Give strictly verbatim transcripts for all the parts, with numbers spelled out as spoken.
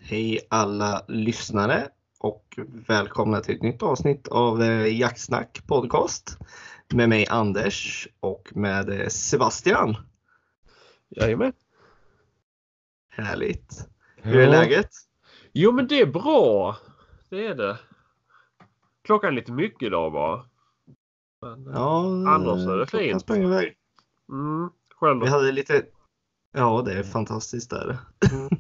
Hej alla lyssnare och välkomna till ett nytt avsnitt av Jaktsnack podcast med mig Anders och med Sebastian. Jajamän. Härligt. Hur är Ja. läget? Jo men det är bra. Det är det. Klockan är lite mycket idag bara. Men, Ja, annars är det klockan fint. sprang iväg. Mm, själv då? Vi hade lite... Ja, det är fantastiskt där. Mm.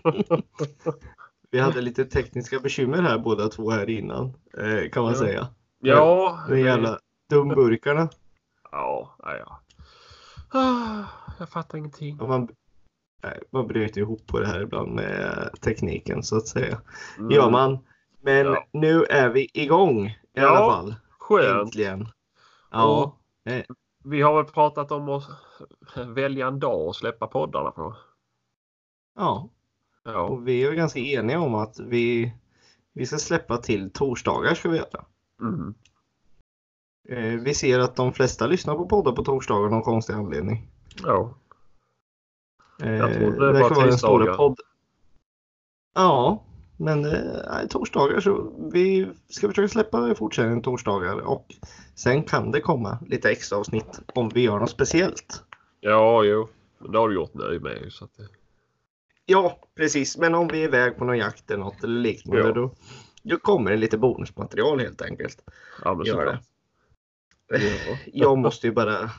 Vi hade lite tekniska bekymmer här båda två här innan, kan man Ja. säga. Ja. De jävla dumburkarna. Ja, ja, ja. Ah, jag fattar ingenting. Man, nej, man bryter ihop på det här ibland med tekniken så att säga. Mm. Gör man. Men Ja. nu är vi igång i Ja, alla fall. Skönt. Äntligen. Ja. Eh, Vi har väl pratat om att välja en dag och släppa poddarna på. ja. Ja. Och vi är ganska eniga om att vi, vi ska släppa till torsdagar ska vi göra. Mm. Eh, vi ser att de flesta lyssnar på poddar på torsdagar av någon konstig anledning. Ja. Eh, Jag tror det det var kan vara den stora tisdagar. podd. Ja, men eh, nej, torsdagar så vi ska försöka släppa i fortsättningen torsdagar och sen kan det komma lite extra avsnitt om vi gör något speciellt. Ja, jo. Men det har du gjort nu med. Så att det... Ja, precis. Men om vi är iväg på någon jakt eller något eller liknande Ja. då, då kommer det lite bonusmaterial helt enkelt. Ja, men Gör såklart. det. Ja. Jag måste ju bara...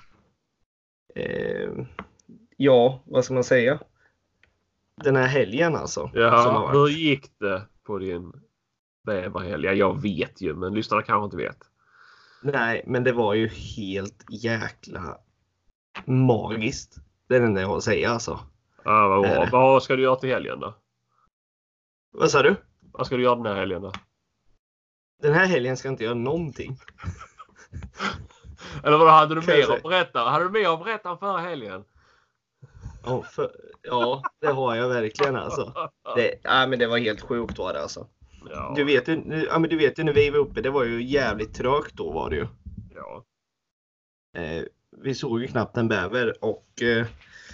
Eh, ja, vad ska man säga? Den här helgen alltså. som har Ja, varit. hur gick det på din bäverhelg? Ja, jag vet ju, men lyssnarna kanske inte vet. Nej, men det var ju helt jäkla magiskt. Det är det enda jag har att säga alltså. Ja, vad Är bra. det? Vad ska du göra till helgen då? Vad sa du? Vad ska du göra den här helgen då? Den här helgen ska inte göra någonting. Eller vad hade du Kan jag mer säga? att berätta? Hade du mer att berätta än förra helgen? Ja, för, ja, det har jag verkligen alltså. Det, ja, men det var helt sjukt var det alltså. Ja, Du vet ju, ja, men du vet ju när vi var uppe, det var ju jävligt trögt då var det ju. ja. Eh, vi såg ju knappt en bäver och eh,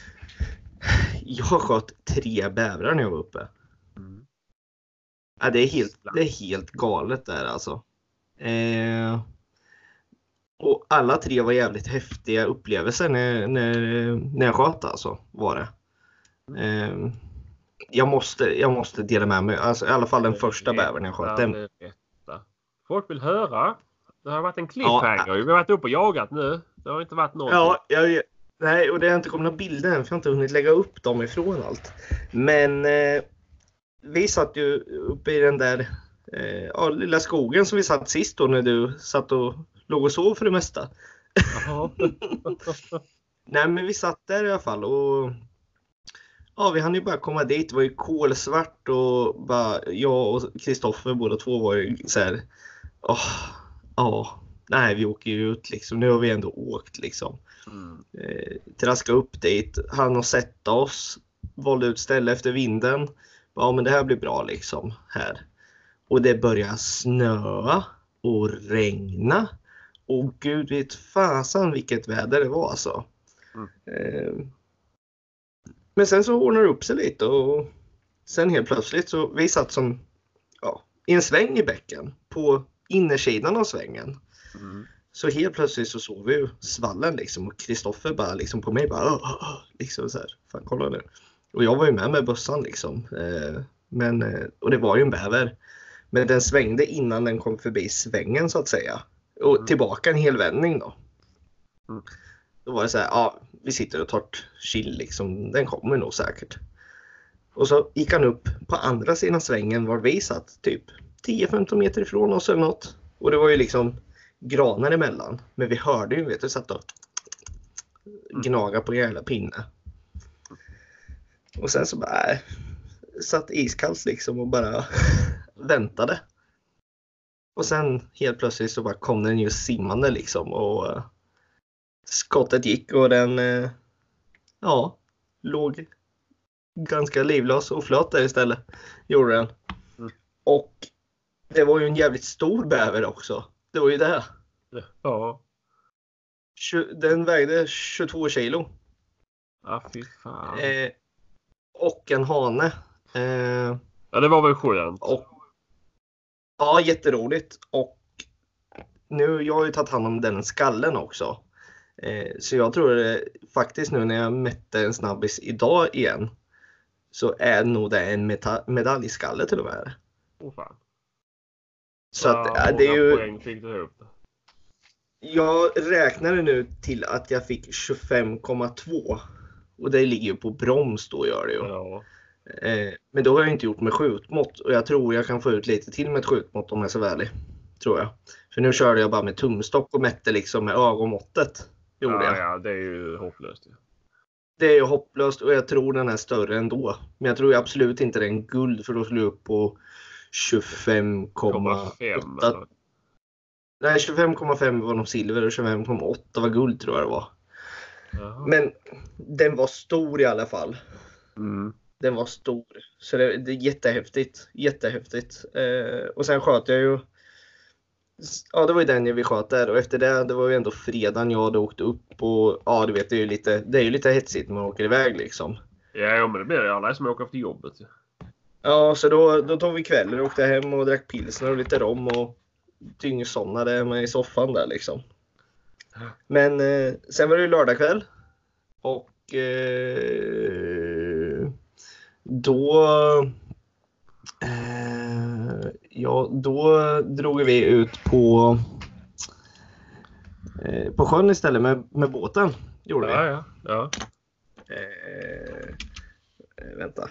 jag sköt tre bävrar när jag var uppe. Mm. Ja, det är helt, det är helt galet där alltså. Eh, och alla tre var jävligt häftiga upplevelser när, när, när jag sköt alltså, var det. Eh, jag, måste, jag måste dela med mig, alltså, i alla fall den första bävern jag sköt. Den, Berätta. Folk vill höra. Det har varit en cliffhanger. Vi har varit uppe och jagat nu. Det har inte varit någonting. ja, jag, nej, och det har inte kommit några bilder än för jag har inte hunnit lägga upp dem ifrån allt. Men eh, vi satt ju uppe i den där eh, ja, lilla skogen som vi satt sist då när du satt och låg och sov för det mesta. Jaha. Nej, men vi satt där i alla fall och ja, vi hann ju bara komma dit. Det var ju kolsvart och bara jag och Kristoffer båda två var ju så här. Åh, ja, nej, vi åker ju ut liksom. Nu har vi ändå åkt liksom. Mm. Eh, traska upp dit, han och sätta oss, valde ut ställe efter vinden. Ja, men det här blir bra liksom här. Och det börjar snöa och regna. Och gud vet fasen vilket väder det var alltså. Mm. Eh, men sen så ordnar det upp sig lite och sen helt plötsligt så vi satt som ja, i en sväng i bäcken på innersidan av svängen. Mm. Så helt plötsligt så såg vi ju svallen liksom och Kristoffer bara liksom på mig bara åh, åh, åh, liksom så här, fan kolla nu. Och jag var ju med med bössan liksom. Eh, men, eh, och det var ju en bäver. Men den svängde innan den kom förbi svängen så att säga. Och Mm. tillbaka en hel vändning då. Mm. Då var det så här, ja vi sitter och tar chill liksom, den kommer nog säkert. Och så gick han upp på andra sidan svängen var vi satt typ tio femton meter ifrån oss eller något. Och det var ju liksom granar emellan. Men vi hörde ju, vet du, satt och gnaga på en jävla pinne. Och sen så bara äh, satt iskallt liksom och bara väntade. Och sen helt plötsligt så bara kom den ju simmande liksom och uh, skottet gick och den uh, ja, låg ganska livlös och flöt där istället. Gjorde den. Mm. Och det var ju en jävligt stor bäver också. Det var ju det. Ja. Den vägde tjugotvå kilo. Ja, fy fan. Eh, och en hane. Eh, Ja, det var väl skönt. Och, ja, jätteroligt. Och nu, jag har ju tagit hand om den skallen också. Eh, så jag tror det, faktiskt nu när jag mätte en snabbis idag igen så är nog det en meta- medaljskalle till och med. Åh fan. Så ja, att, äh, det är ju... poäng fick du ihop. Jag räknade nu till att jag fick tjugofem komma två. Och det ligger ju på broms då, gör det ju. Ja. Eh, men då har jag inte gjort med skjutmått. Och jag tror jag kan få ut lite till med ett skjutmått om jag är så väl. Tror jag. För nu körde jag bara med tumstock och mätte liksom med ögonmåttet. Gjorde ja, jag. ja, det är ju hopplöst. Ja. Det är ju hopplöst och jag tror den är större ändå. Men jag tror ju absolut inte den är guld, för då skulle jag upp på tjugofem komma åtta. Nej, tjugofem komma fem var nog silver och tjugofem komma åtta var guld, tror jag det var. Jaha. Men den var stor i alla fall. Mm. Den var stor. Så det, det är jättehäftigt. Jättehäftigt. Eh, och sen sköt jag ju. Ja, det var ju den vi sköt där. Och efter det, det var ju ändå fredagen jag hade åkt upp. Och ja, du vet, det är ju lite, det är ju lite hetsigt när man åker iväg liksom. Ja, men det blir det alla som åker efter jobbet. Ja, så då, då tog vi kvällen och åkte hem och drack pilsner och lite rom och dyngsonnade med i soffan där liksom. Men eh, sen var det ju lördagkväll. Och eh, då eh, ja, då drog vi ut på eh, på sjön istället med, med båten. Gjorde ja, vi. Ja, ja. Eh, eh, vänta.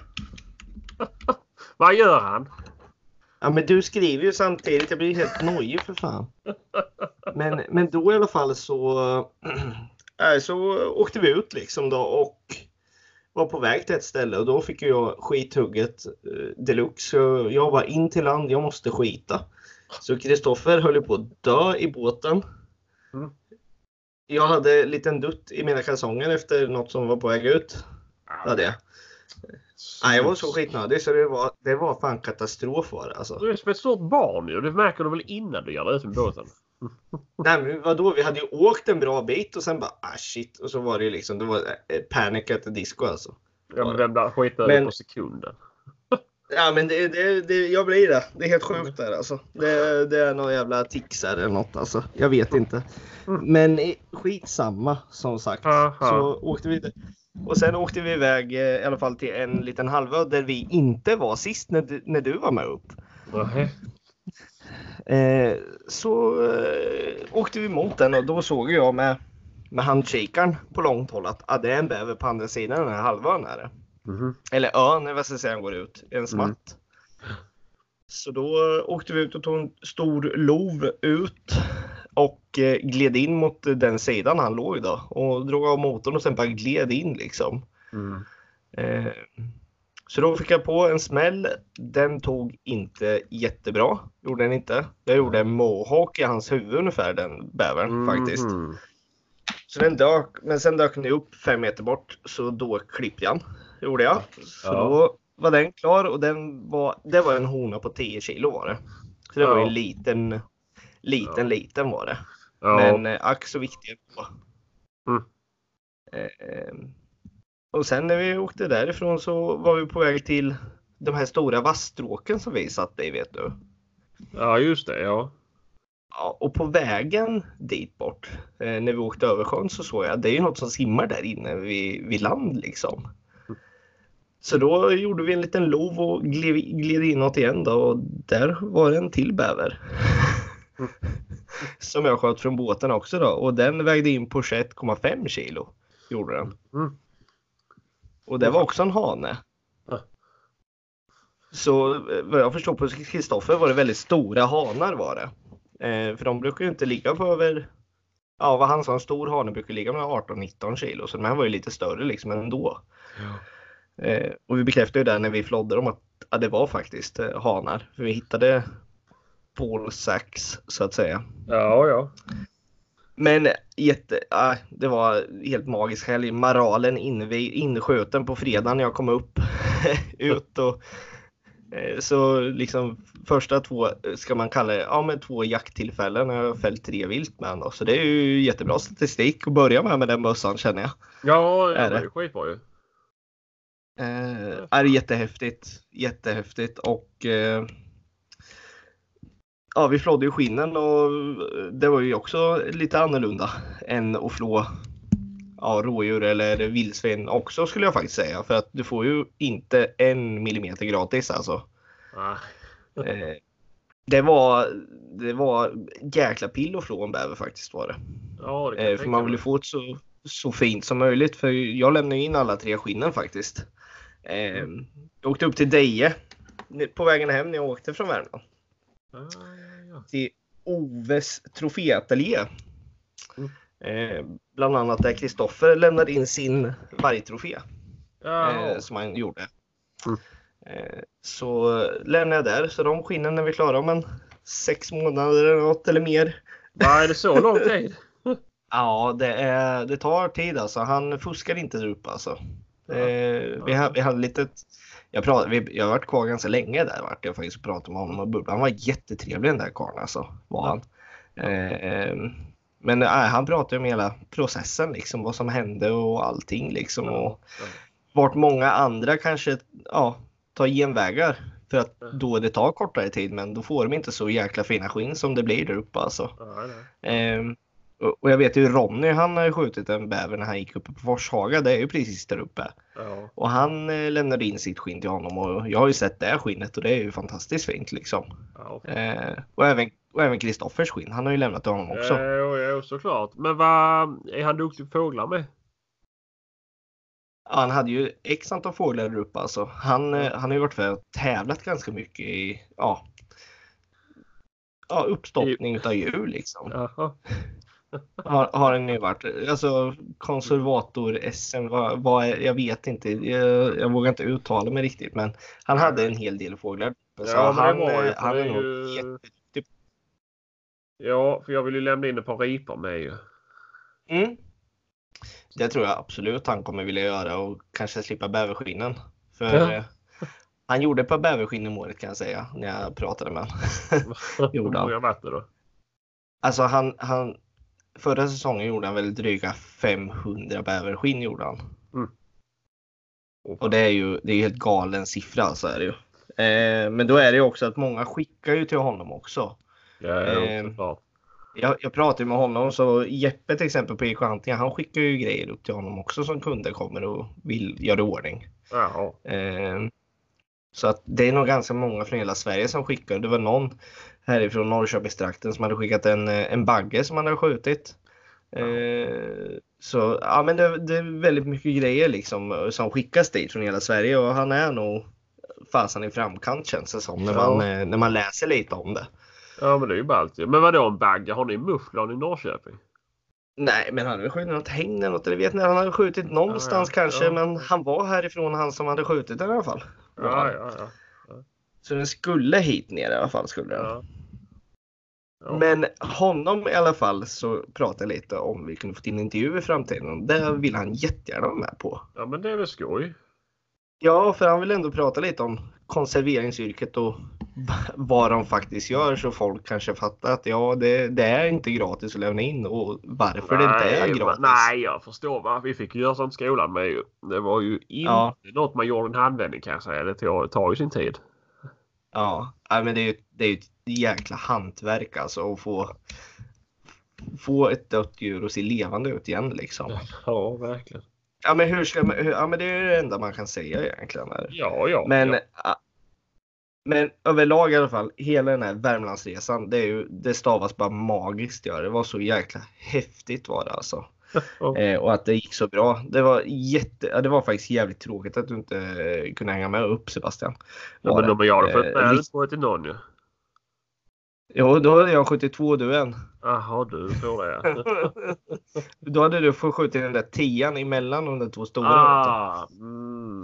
Vad gör han? Ja, men du skriver ju samtidigt. Jag blir helt nojig för fan. Men, men då i alla fall så, äh, så åkte vi ut liksom då och var på väg till ett ställe. Och då fick jag skithugget uh, deluxe. Så jag var in till land. Jag måste skita. Så Kristoffer höll på att dö i båten. Mm. Jag hade en liten dutt i mina kalsonger efter något som var på väg ut. Det hade jag. Nej, jag var så skitnödig så det var, det var fan katastrof var det, alltså. Du är som ett stort barn ju. Det märker du väl innan du gör det ut med båten? Nej, men vadå? Vi hade ju åkt en bra bit och sen bara, ah shit. Och så var det ju liksom, det var eh, panic at the disco alltså. Ja, men den där skiten Men- på sekunden. Ja, men det, det, det, jag blir det. Det är helt sjukt där alltså. Det, det är någon jävla tixar eller något alltså. Jag vet inte. Men eh, skitsamma som sagt. Aha. Så åkte vi och sen åkte vi iväg eh, i alla fall till en liten halvö där vi inte var sist när du, när du var med upp. Nej. Eh, så eh, åkte vi mot den och då såg jag med, med handshakern på långt håll att ah, det är en bäver på andra sidan den här halvön är det. Mhm. Eller ön, vad ska jag säga, går ut. En smatt. Så då åkte vi ut och tog en stor lov ut och eh, gled in mot den sidan han låg då. Och drog av motorn och sen bara gled in liksom. Mm. Eh, så då fick jag på en smäll. Den tog inte jättebra. Gjorde den inte. Jag gjorde en mohawk i hans huvud ungefär, den bävern faktiskt. Mhm. Så den dök, men sen dök den upp fem meter bort. Så då klippte jag den. Gjorde jag. Så Ja. då var den klar och den var, det var en hona på tio kilo var det. Så det Ja. var en liten, liten, Ja. liten var det. Ja. Men eh, ack så viktigt. Mm. Eh, och sen när vi åkte därifrån så var vi på väg till de här stora vassstråken som vi satt i, vet du. Ja, just det. Ja. Ja, och på vägen dit bort, eh, när vi åkte över sjön så såg jag, det är ju något som simmar där inne vid, vid land liksom. Så då gjorde vi en liten lov och gled, gled inåt igen då och där var det en till bäver. Som jag sköt från båten också då och den vägde in på tjugoett komma fem kilo. Gjorde den. Mm. Och det var också en hane. Ja. Så eh, vad jag förstår på Kristoffer var det väldigt stora hanar var det. Eh, för de brukar ju inte ligga på över, ja vad han sa, en stor hane brukar ligga med arton nitton kilo. Så den här var ju lite större liksom ändå. Ja. Eh, och vi bekräftade ju där när vi flodde dem att ja, det var faktiskt eh, hanar. För vi hittade ballsacks så att säga. Ja, ja. Men jätte, äh, det var helt magisk helg. Maralen invid, insköten på fredagen när jag kom upp ut och eh, så liksom första två ska man kalla det, ja men två jakttillfällen har jag fällt tre vilt med ändå. Så det är ju jättebra statistik att börja med med den bössan känner jag. Ja, Är det det? är skitbra ju. Eh, är jättehäftigt. Jättehäftigt. Och eh, ja, vi flådde ju skinnen och det var ju också lite annorlunda än att flå ja, rådjur eller vildsvin också skulle jag faktiskt säga. För att du får ju inte en millimeter gratis alltså. Ah. eh, det var det var jäkla pill att flå en bäver faktiskt var det. Ja, det kan eh, jag för tänka man vill ju mig. få det så, så fint som möjligt. För jag lämnade in alla tre skinnen faktiskt. Eh, Mm. jag åkte upp till Deje på vägen hem när jag åkte från Värmland. Ah, ja, ja. Till Oves troféateljé. Mm. Eh, bland annat där Kristoffer lämnade in sin vargtrofé. Jaha. Eh, som han gjorde. Mm. Eh, så lämnade jag där. Så de skinnen när vi klarade om en sex månader eller något eller mer. Vad är det så lång tid? Ja, det, är, det tar tid alltså. Han fuskar inte där uppe alltså. Eh, vi, ha, vi hade lite... Jag, prat, vi, jag har varit kvar ganska länge där. Vart jag faktiskt pratade med honom och Bubbla. Han var jättetrevlig den där karln alltså. Var han. Eh, men nej, han pratade om hela processen liksom. Vad som hände och allting liksom. Och vart många andra kanske ja, tar genvägar. För att då det tar kortare tid. Men då får de inte så jäkla fina skinn som det blir där uppe alltså. Eh, och jag vet ju Ronny, han har ju skjutit en bäver när han gick uppe på Forshaga. Det är ju precis där uppe. Ja. Och han eh, lämnade in sitt skinn till honom. Och jag har ju sett det här skinnet och det är ju fantastiskt fint liksom. Ja. Eh, och även och även Kristoffers skinn. Han har ju lämnat till honom också. Ja, ja, såklart. Men vad är han duktig på fåglar med? Ja, han hade ju x antal fåglar där uppe alltså. Han, eh, han har ju varit med och tävlat ganska mycket i ja, ja uppstoppning utav djur liksom. Jaha. Har, har han ju varit. Alltså konservator-S M, vad, vad är, jag vet inte. Jag, jag vågar inte uttala mig riktigt. Men han hade en hel del fåglar. Så Ja, men han, det var ju, eh, han det är är nog ju... jätteduktig. Ja, för jag vill ju lämna in ett par ripor med ju. Mm. Det tror jag absolut han kommer vilja göra och kanske slippa bäverskinnen. För Ja. eh, han gjorde ett par bäverskinn om året kan jag säga när jag pratade med honom. Gjorde han. Hur många då? Alltså han, han förra säsongen gjorde han väl dryga femhundra bäverskinn gjorde han. Mm. Och det är ju det är helt galen siffra så är det ju. Eh, men då är det ju också att många skickar ju till honom också. Ja, Eh, såklart. Jag, jag pratade med honom så Jeppe till exempel på Ekvantia, han skickar ju grejer upp till honom också som kunder kommer och vill göra ordning. Jaha. Eh, så att det är nog ganska många från hela Sverige som skickar. Det var någon härifrån Norrköpingstrakten som hade skickat en, en bagge som han hade skjutit. Eh, så ja, men det, det är väldigt mycket grejer liksom som skickas dit från hela Sverige och han är nog fasen i framkant känns det som när man, Ja. när man läser lite om det. Ja, men det är ju ballt. Men vadå en bagge? Har ni mufflon i Norrköping? Nej, men han hade skjutit något hägn eller något. Eller vet ni, han hade skjutit någonstans Ja, ja. kanske. Ja. Men han var härifrån, han som hade skjutit den i alla fall. Ja, ja, ja. Så den skulle hit ner i alla fall. Skulle den. Ja. Ja. Men honom i alla fall så pratade jag lite om vi kunde få till en intervju i framtiden. Det vill han jättegärna vara med på. Ja, men det är väl skoj. Ja, för han vill ändå prata lite om konserveringsyrket och vad de faktiskt gör så folk kanske fattar att ja, det, det är inte gratis att lämna in och varför nej, det inte är gratis. Nej, jag förstår va. Vi fick ju göra sånt i skolan med ju. Det var ju inte Ja. något man gjorde en handvändning kan jag säga. Det tar, tar ju sin tid. Ja, nej, men det är ju det är ju ett jäkla hantverk alltså att få, få ett dött djur och se levande ut igen liksom. Ja, verkligen. Ja, men hur ska man, hur, ja, men det är det enda man kan säga egentligen. Här. Ja, ja. Men, ja. ja, men överlag i alla fall, hela den här Värmlandsresan, det, är ju, det stavas bara magiskt. Ja. Det var så jäkla häftigt var det alltså. Ja. Eh, och att det gick så bra. Det var, jätte, ja, det var faktiskt jävligt tråkigt att du inte eh, kunde hänga med upp Sebastian. Ja, men om jag hade fått med eh, det på till någon ju. Jo, då hade jag sjuttiotvå och du en. Jaha, du tror det ja. Då hade du fått skjuta den där tian emellan de där två stora. Ah, mm.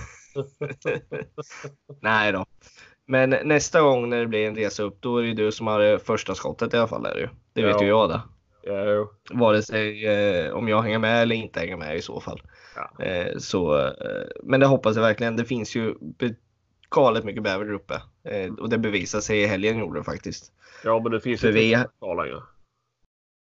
Nej då. Men nästa gång när det blir en resa upp, då är det du som har det första skottet i alla fall. Är det, ju. det vet Ja. ju jag det. Ja, jo. Vare sig eh, om jag hänger med eller inte hänger med i så fall. Ja. Eh, så, eh, men det hoppas jag verkligen. Det finns ju be- galet mycket bäver där uppe. Eh, och det bevisar sig i helgen gjorde det faktiskt. Ja, men det finns För ju vi- inte kvar längre.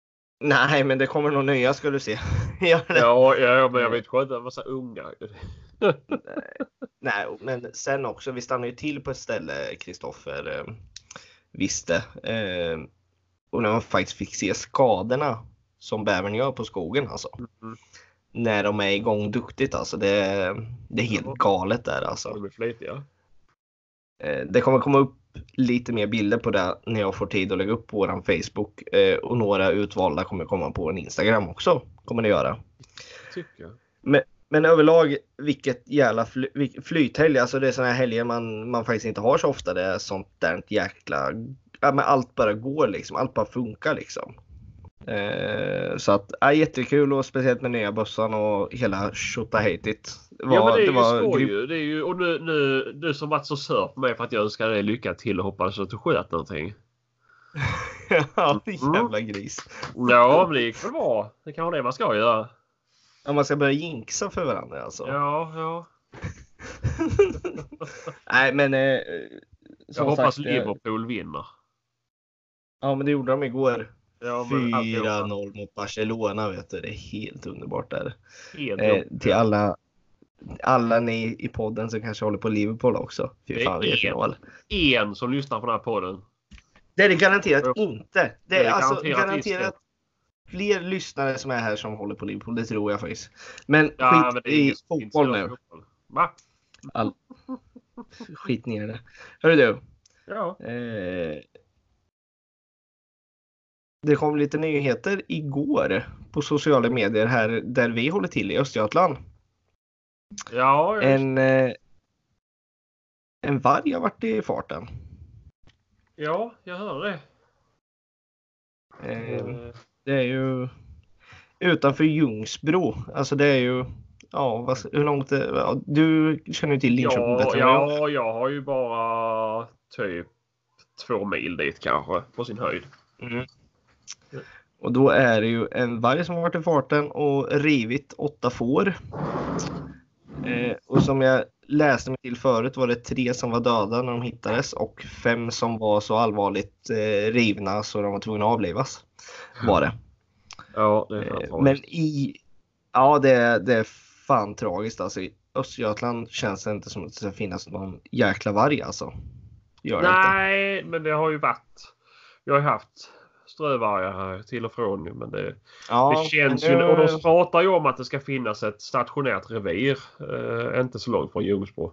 Nej, men det kommer nog nya ska du se. Gör det. Ja, ja, men jag vet inte, det var så unga. Nej, men sen också, vi stannade ju till på ett ställe, Kristoffer eh, visste. Eh, och när man faktiskt fick se skadorna som bävern gör på skogen alltså. Mm. När de är igång duktigt alltså. Det, det är helt Ja. galet där alltså. De är flitiga. Eh, det kommer komma upp lite mer bilder på det när jag får tid att lägga upp på våran Facebook. Eh, och några utvalda kommer komma på en Instagram också. Kommer det göra. Tycker jag. Men, men överlag, vilket jävla fly, vil- flythelg. Alltså det är såna här helger man, man faktiskt inte har så ofta. Det är sånt där jäkla... Ja, men allt bara går liksom. Allt bara funkar liksom. Eh, så att, ja, jättekul och speciellt med nya bössan och hela tjotahejtigt. Ja, men det är ju var skoj grym- ju. Det är ju. Och nu, nu, du som varit så sur på mig för att jag önskar dig lycka till och hoppas att du sköt någonting. Ja, jävla gris. Ja, men det gick väl bra. Det kan vara det man ska göra. Ja, man ska börja jinxa för varandra alltså. Ja, ja. Nej, men eh, Jag som hoppas sagt, eh, Liverpool vinner. ja, men det gjorde de igår. Ja, men alltihopa. fyra noll mot Barcelona, vet du. Det är helt underbart där. Helt Eh, upp. till alla, alla ni i podden som kanske håller på Liverpool också. Fy Det är fan, det är en. final. En som lyssnar på den här podden. Det är det garanterat Ja. inte. Det Det är, är alltså garanterat garanterat fler lyssnare som är här som håller på Liverpool. Det tror jag faktiskt. Men Ja, skit men det är i ingen som fotboll intresserad nu. av fotboll. Va? All... Skit ner det. Hörru du. Ja. Eh... Det kom lite nyheter igår på sociala medier här där vi håller till i Östergötland. Ja, just. En, eh, en varg har varit i farten. Ja, jag hör det. Eh, Eh, det är ju utanför Ljungsbro. Alltså det är ju, ja, vad, hur långt det, ja, du känner ju till Linköping Ja, bättre än jag. ja, jag har ju bara typ två mil dit kanske på sin höjd. Mm. Och då är det ju en varg som har varit i farten och rivit åtta får. Eh, och som jag läste mig till förut var det tre som var döda när de hittades och fem som var så allvarligt eh, rivna så de var tvungna att avlivas. Var det. Ja, det är fan Eh, tragiskt. men i, ja det, det är fan tragiskt alltså. I Östergötland känns det inte som att det ska finnas någon jäkla varg alltså. Gör det inte. Nej, men det har ju varit. Jag har ju haft strövargar här till och från nu, men det, Ja, det känns men ju. nu- Och de pratar ju om att det ska finnas ett stationärt revir. Eh, inte så långt från Ljungsbro.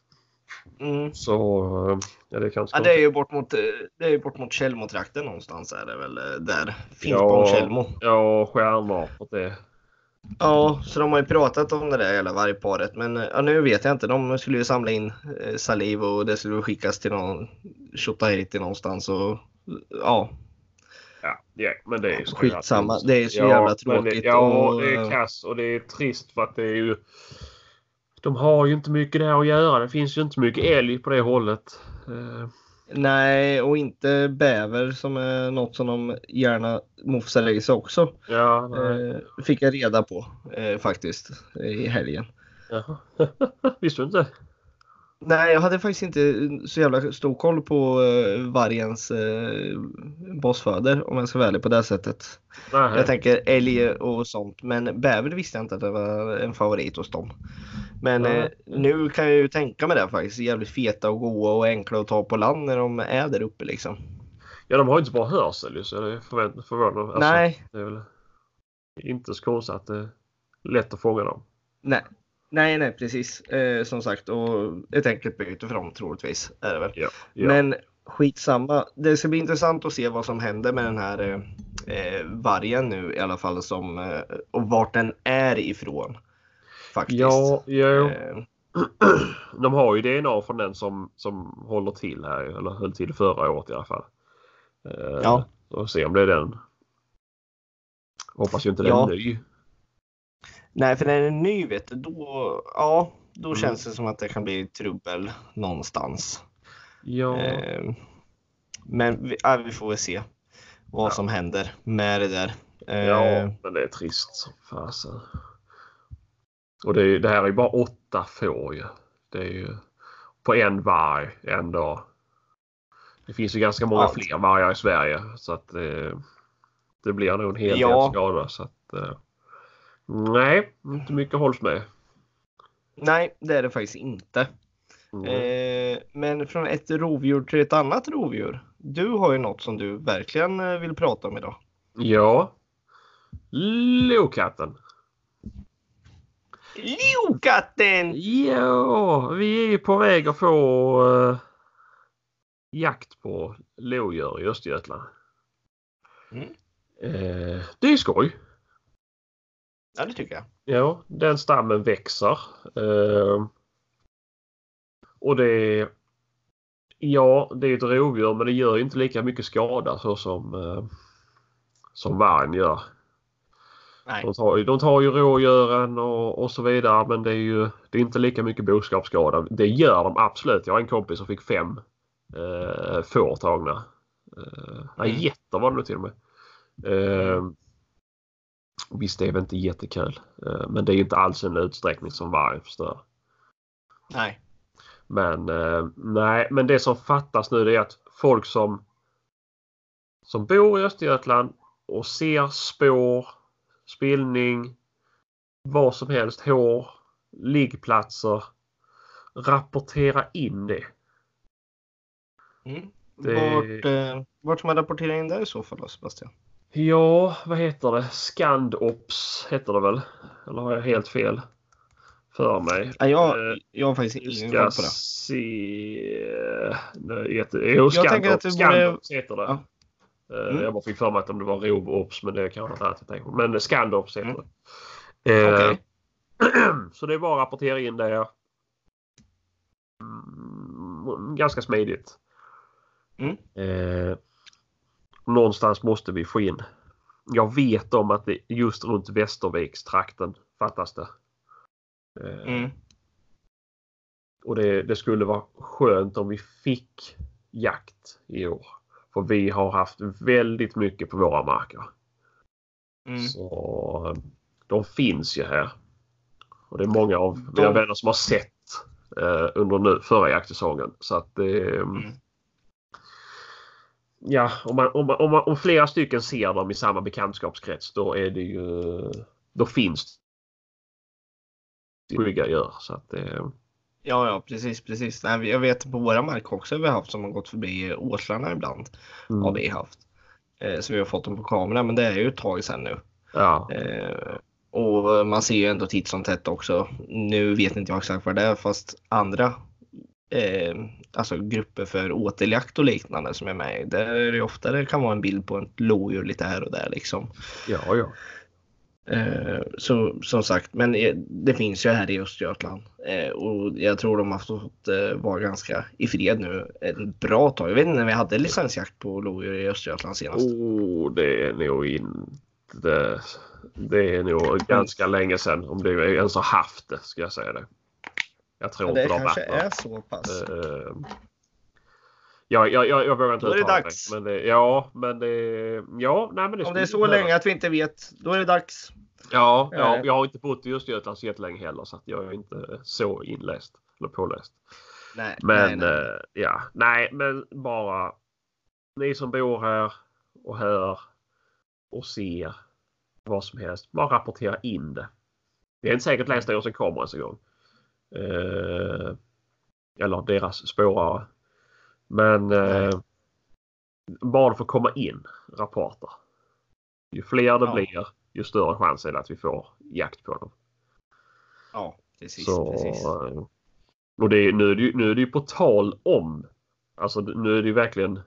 Mm. Så eh, ja, det kanske. Ja, det är ju bort mot, det är ju bort mot Tjällmo-trakten någonstans är det väl eh, där. Finspång, Ja, Tjällmo. ja, stjärnapet det. Ja, så de har ju pratat om det där hela vargparet. Men eh, ja, nu vet jag inte. De skulle ju samla in eh, saliv och det skulle skickas till någon tjotahejti någonstans. Och ja, Ja, ja, men det är ju så skitsamma. jävla trist. Det är så Ja, jävla men det- tråkigt. Ja, och, det är eh, kass och det är trist för att det är ju. De har ju inte mycket där att göra. Det finns ju inte mycket älg på det hållet. Eh, nej, och inte bäver som är något som de gärna mofsar i sig också. ja, nej. Eh, fick jag reda på eh, faktiskt i helgen. Jaha. Visste du inte? Nej, jag hade faktiskt inte så jävla stor koll på eh, vargens eh, bossföder om jag ska vara ärlig på det sättet. Nej. Jag tänker älg och sånt, men bäver visste jag inte att det var en favorit hos dem. Men Nej. eh, nu kan jag ju tänka mig det faktiskt. Jävligt feta och goda och enkla att ta på land när de är där uppe liksom. Ja, de har ju inte bara hörsel ju, så det är förvänt- förvånande. Alltså, Nej, det är väl inte så konstigt att det är lätt att fånga dem. nej. Nej, nej, precis. Eh, som sagt, och ett enkelt byte för dem troligtvis är det väl. Ja, ja. Men skitsamma. Det ska bli intressant att se vad som händer med den här eh, vargen nu i alla fall som, eh, och vart den är ifrån. Faktiskt. Ja, ja. Eh, De har ju D N A från den som, som håller till här, eller höll till förra året i alla fall. Eh, Ja. Och se om det är den. Hoppas ju inte den Ja. är ny. nej, för när den är ny vet du, då, ja, då Mm. känns det som att det kan bli trubbel någonstans. Ja, Eh, men vi, ja, vi får väl se vad Ja. som händer med det där. Eh, ja, men det är trist som fasen. Och det, är, det här är ju bara åtta får ju. Det är ju på en varg en dag. Det finns ju ganska många Ja. fler vargar i Sverige. Så att eh, det blir nog en hel del Ja. skada. Så att, eh, nej, inte mycket hålls med. Nej, det är det faktiskt inte. Mm. Eh, men från ett rovdjur till ett annat rovdjur. Du har ju något som du verkligen eh, vill prata om idag. Ja. Lokatten. Lokatten! Ja, vi är på väg att få uh, jakt på lodjur i Östergötland. Mm. Uh, det är skoj. Ja, det tycker jag. Ja, den stammen växer. Uh, och det är, ja, det är ett rovdjur, men det gör inte lika mycket skada så som, uh, som vargen gör. Nej. De tar, de tar ju rådjuren och, och så vidare, men det är ju det är inte lika mycket boskapsskada. Det gör de absolut. Jag har en kompis som fick fem uh, får tagna. Uh, ja, Mm. getter var det nu till och med. Uh, Mm. Visst, det är väl inte jättekul. Uh, men det är inte alls en utsträckning som vargen förstör. Nej. Men uh, nej, men det som fattas nu det är att folk som som bor i Östergötland och ser spår, spillning, vad som helst, hår, liggplatser, rapportera in det. Mm. Det- Vart, eh, vart ska man rapportera in det i så fall då, Sebastian? Ja, vad heter det? Scandops heter det väl? Eller har jag helt fel för mig? Ja, jag, Eh, jag har faktiskt Vi ingen ska koll på det. se... Nej, jätte... Jo, Jag tänker att Scandops, vi borde- Scandops heter det. Ja. Eh, Mm. Jag bara fick för mig att om det var Rovops, men det kan jag inte annat jag tänker på. Men Scandops heter Mm. det. Eh, Okej. Så det är bara att rapportera in det. Mm, ganska smidigt. Mm. Eh, någonstans måste vi få in. Jag vet om att det just runt Västervikstrakten fattas det. Eh, Mm. Och det, det skulle vara skönt om vi fick jakt i år. För vi har haft väldigt mycket på våra marker. Mm. Så de finns ju här. Och det är många av De- mina vänner som har sett eh, under nu, förra jaktsäsongen. Så att det... Eh, Mm. Ja, om, man, om, man, om, man, om flera stycken ser dem i samma bekantskapskrets då är det ju... Då finns det skygga gör. Så att det... Ja, ja, precis, precis. Nej, jag vet på våra mark också har vi haft som har gått förbi åslarna ibland. Mm. Har vi haft. Eh, så vi har fått dem på kamera, men det är ju ett tag sedan nu. Ja. Eh, och man ser ju ändå titt som tätt också. Nu vet inte jag exakt vad det är, fast andra eh, alltså grupper för åteljakt och liknande som är med. Där är det ofta det kan vara en bild på ett lodjur lite här och där liksom. Ja, ja. Eh, så som sagt, men eh, det finns ju här i Östergötland eh, och jag tror de har fått eh, vara ganska i fred nu en bra tag. Jag vet inte när vi hade licensjakt på lodjur i Östergötland senast. Oh, det är nog inte... Det är nog ganska länge sedan. Om det ens har haft det, ska jag säga det. Jag tror Ja, det inte de har kanske varit är så pass. Uh, ja, jag, jag, jag vågar inte Då är det uttala dags. mig, men det, ja, men det, ja, nej, men det Om det är skulle så behövas. länge att vi inte vet, då är det dags. Ja, ja, Eh. jag har inte bott i Östergötland så jättelänge heller så att jag är inte så inläst eller påläst. Nej, Men nej, nej. eh, ja, nej, men bara ni som bor här och hör och ser vad som helst, bara rapportera in det. Det är inte säkert Länsstyrelsen kommer ens en gång. Eh, eller deras spårare. Men eh, bara för att komma in rapporter. Ju fler det Ja. blir, ju större chans är det att vi får jakt på dem. Ja, precis. Så, precis. eh, och det, nu, är det ju, nu är det ju på tal om. Alltså nu är det ju verkligen.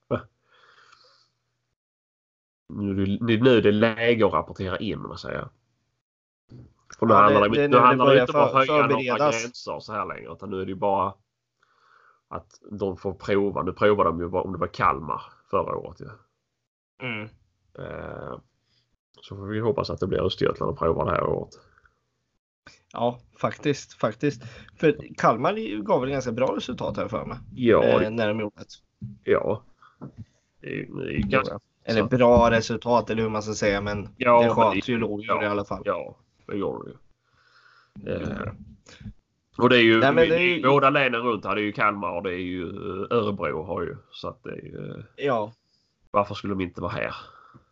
Nu är det, nu är det läge att rapportera in, man säger. För nu Ja, handlar det- det, det är nu nu handlar det det inte om börjar att höja några förberedas. gränser så här längre. Utan nu är det ju bara att de får prova. Nu provar de ju om det var Kalmar förra året. Ja. Mm. Eh, så får vi hoppas att det blir Östergötland och provar det här året. Ja, faktiskt, faktiskt. För Kalmar gav väl ganska bra resultat här för mig. Ja, eh, det, när de gjorde det. ja. Det är, det är ganska, Eller så- bra resultat eller hur man ska säga, men Ja, det men sköts det- ju lågdjur ja. i alla fall. Ja, det gör det ju. Eh, och det är ju, Nej, men det är ju- båda länen runt här, det är ju Kalmar och det är ju eh, Örebro har ju. Så att det är ju, Ja, varför skulle de inte vara här?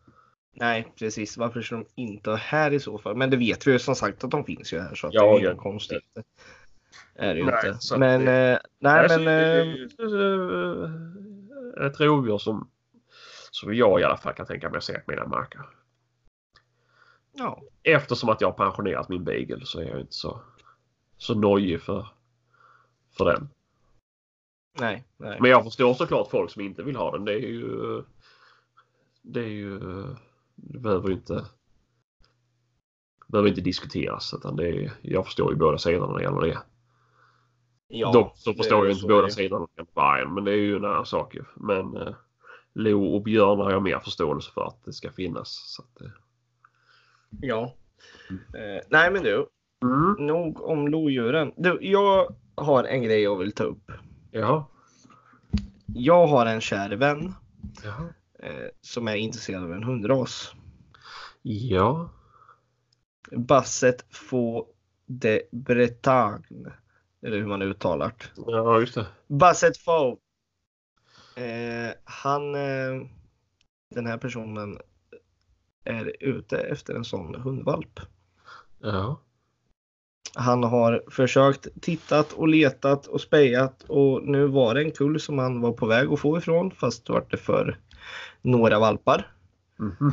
Nej, precis. Varför ska de inte vara här i så fall? Men det vet vi ju som sagt att de finns ju här så att Ja, det är ju ja. inga konstigheter. Är det ju Nej, inte. så att Men, det- eh, nej Alltså, men. det är Eh, ju, eh, ett rovdjur som, som jag i alla fall kan tänka mig att se på mina marker. ja. Eftersom att jag har pensionerat min beagle så är jag inte så, så nojig för, för den. Nej, nej. Men jag förstår såklart folk som inte vill ha den. Det är ju... Det är ju... Det behöver ju inte... Det behöver inte diskuteras. Utan det är, jag förstår ju båda sidorna när det gäller det. Ja, Dock så förstår det- jag inte så båda är det. sidorna när det gäller vargen. Men det är ju en annan sak ju. Men eh, lo och björn har jag mer förståelse för att det ska finnas. Så att, eh. Ja. Eh, nej men du. Mm. Nog om lodjuren. Du, jag har en grej jag vill ta upp. Jaha. Jag har en kär vän Jaha. eh, som är intresserad av en hundras. Ja. Basset Faux de Bretagne. Eller hur man uttalar det. Ja, just det. Basset Faux. Eh, han, eh, den här personen är ute efter en sån hundvalp. Ja. Han har försökt tittat och letat och spejat och nu var det en kull som han var på väg att få ifrån fast det var det för några valpar. Mhm.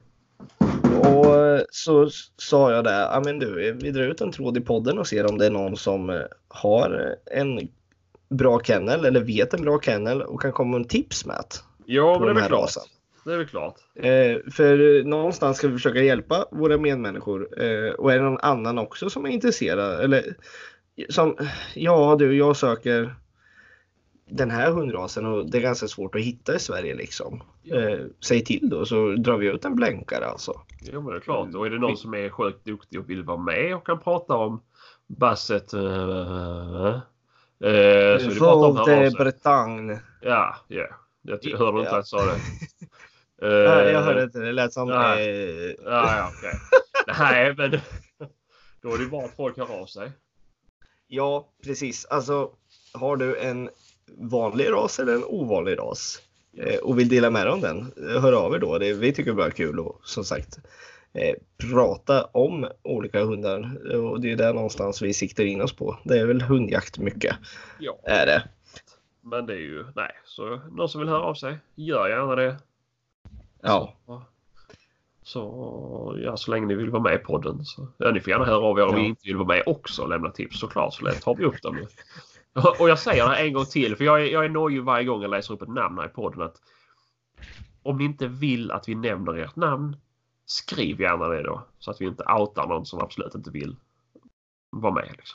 Och så sa jag det, ja men du, vi drar ut en tråd i podden och ser om det är någon som har en bra kennel eller vet en bra kennel och kan komma med en tips med det. Ja, på men det är de väl här klart. rasen. Det är väl klart. Eh, för någonstans ska vi försöka hjälpa våra medmänniskor. Eh, och är det någon annan också som är intresserad? Eller som, ja du, jag söker den här hundrasen och det är ganska svårt att hitta i Sverige liksom. Eh, säg till då så drar vi ut en blänkare alltså. Jo, men det är klart. Och är det någon som är sjukt duktig och vill vara med och kan prata om Basset uh, uh, så är det bara att de Faux hör av de sig. Bretagne. Ja, ja. Jag ty- hörde du inte Ja. att jag sa det? Nej, jag Eh, hörde inte, det lät som... ja. Eh, Ja, ja, okej. Nej, men då är det bara att folk hör av sig. ja, precis. Alltså, har du en vanlig ras eller en ovanlig ras eh, och vill dela med dig om den, hör av er då. Det, vi tycker det bara är kul och som sagt eh, prata om olika hundar och det är där någonstans vi siktar in oss på. Det är väl hundjakt mycket, Ja, är det. men det är ju... Nej, så någon som vill höra av sig, gör gärna det. Ja. Så, så ja, så länge ni vill vara med i podden. Så, ja, ni får gärna höra av er om Ja. ni inte vill vara med också och lämna tips såklart. Så lätt tar vi upp dem. Och jag säger det här en gång till, för jag är, jag är nojig varje gång jag läser upp ett namn här i podden. Att om ni inte vill att vi nämner ert namn, skriv gärna det då. Så att vi inte outar någon som absolut inte vill vara med. Liksom.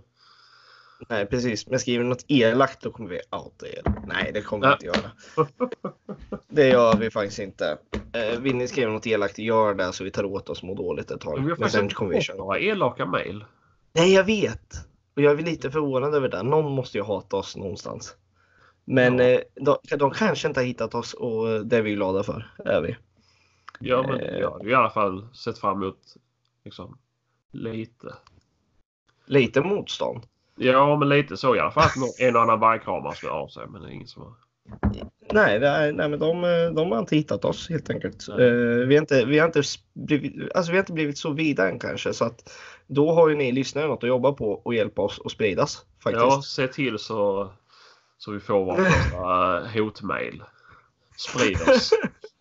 Nej, precis. Men skriver något elakt då kommer vi outa er. Nej, det kommer vi Ja. inte göra. Det gör vi faktiskt inte. Eh, vill ni skriva något elakt, gör det så vi tar åt oss må dåligt ett tag. Men vi har Men sen faktiskt kommer vi fått köra. några elaka mejl. Nej, jag vet. Och jag är lite förvånad över det. Någon måste ju hata oss någonstans. Men Ja. eh, de, de kanske inte har hittat oss och det är vi glada för. Är vi. Ja, men Eh. jag har i alla fall sett fram emot liksom, lite. Lite motstånd. Ja, men lite så i alla fall. Att nå- en och annan vargkramare ska av sig, men det är ingen som har... Nej, det är, nej men de, de har inte hittat oss helt enkelt. Nej. Eh, vi, har inte, vi, har inte blivit, alltså, vi har inte blivit så vida än kanske. Så att då har ju ni lyssnare något att jobba på och hjälpa oss att spridas. Faktiskt. Ja, se till så, så vi får vår första hotmail. Sprid oss.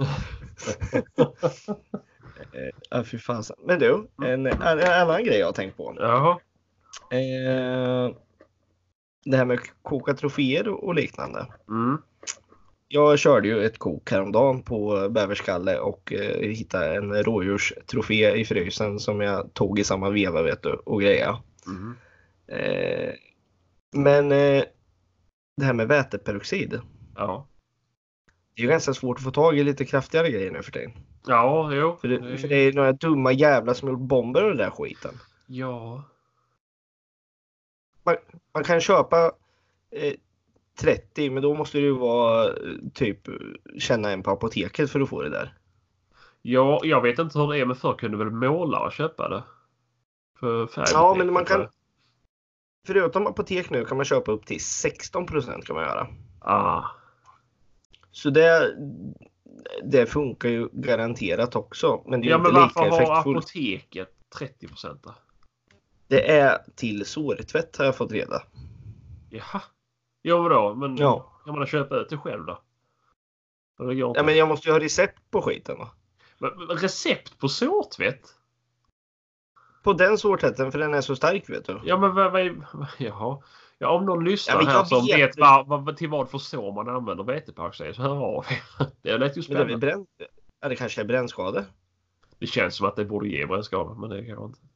Ja, fy fan. Men du, en, en, en annan grej jag har tänkt på. Jaha. Eh, det här med koka troféer och liknande. Mm. Jag körde ju ett kok häromdagen på bäverskalle och eh, hittade en rådjurstrofé i frysen som jag tog i samma veva vet du, och greja. Mm. Eh, men eh, det här med väteperoxid. Ja. Det är ju ganska svårt att få tag i lite kraftigare grejer nu för tiden. Ja, jo. För det, för det är några dumma jävlar som gjort bomber och den där skiten. Ja. Man, man kan köpa eh, trettio men då måste det ju vara eh, typ känna en på apoteket för att få det där. Ja, jag vet inte hur det är, men förr kunde väl målare köpa det? För färg. Ja, men man kan... Förutom apotek nu kan man köpa upp till sexton procent kan man göra. Ah. Så det, det funkar ju garanterat också. Men det är ja, inte men varför lika har effektfullt. apoteket trettio procent då? Det är till sårtvätt har jag fått reda. Jaha. Jo då, men Ja. kan man köpa ut det själv då? Det går inte. Ja, men jag måste ju ha recept på skiten då. Men, men recept på sårtvätt? På den sårtvätten, för den är så stark vet du. Ja, men vad, vad, jaha. Ja, om någon lyssnar Ja, men här jag som vet- vet vad, vad, till vad för sår man använder veteperoxid så hör av er. Det är lätt ju Men det är väl spännande. bränn... Ja, det kanske är brännskador. Det känns som att det borde ge brännskador, men det kan inte.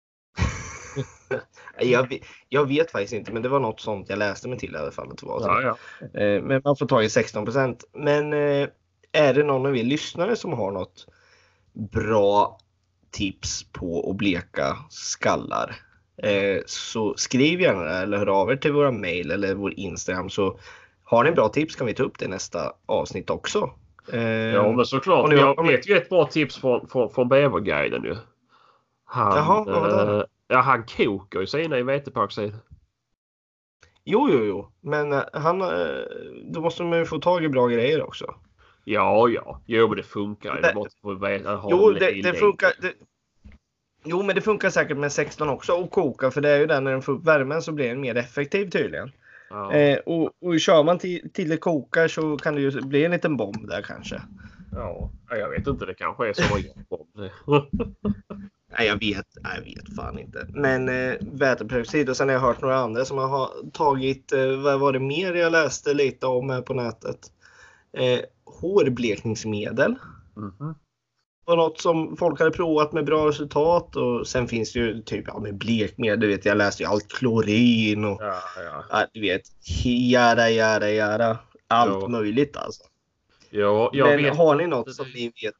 Jag, vet- jag vet faktiskt inte, men det var något sånt jag läste mig till i alla fall. Att det var så. Ja, ja. Eh, Men man får ta i sexton procent. Men eh, är det någon av er lyssnare som har något bra tips på att bleka skallar, eh, så skriv gärna det, eller hör av er till våra mail eller vår Instagram, så har ni bra tips kan vi ta upp det i nästa avsnitt också. Eh, Ja, men såklart. om ni- Jag om ni- vet ju ett bra tips från, från, från Bäverguiden ju. Han, Jaha, vad var det? eh, ja, han kokar ju sina i veteperoxid. Jo, jo, jo. Men eh, han, eh, då måste man ju få tag i bra grejer också. Ja, ja. Jo, men det funkar. Det- Det måste få veta, ha Jo, lite det, i det funkar. Det, jo, men det funkar säkert med sexton också att koka, för det är ju den när den får upp värmen så blir den mer effektiv tydligen. Ja. Eh, och, och kör man till, till det kokar så kan det ju bli en liten bomb där kanske. Ja, jag vet inte. Det kanske är så man gör på det. Nej, jag vet, nej, jag vet fan inte. Men eh, väteperoxid, och sen har jag hört några andra som har tagit, eh, vad var det mer jag läste lite om här på nätet? Eh, hårblekningsmedel. Mhm. Och något som folk hade provat med bra resultat, och sen finns det ju typ ja, med blekmedel, du vet, jag läste ju allt klorin och Ja, ja. ja, du vet, jada jada jada, allt Ja. möjligt alltså. Ja, jag Men vet har ni inte något det. som ni vet?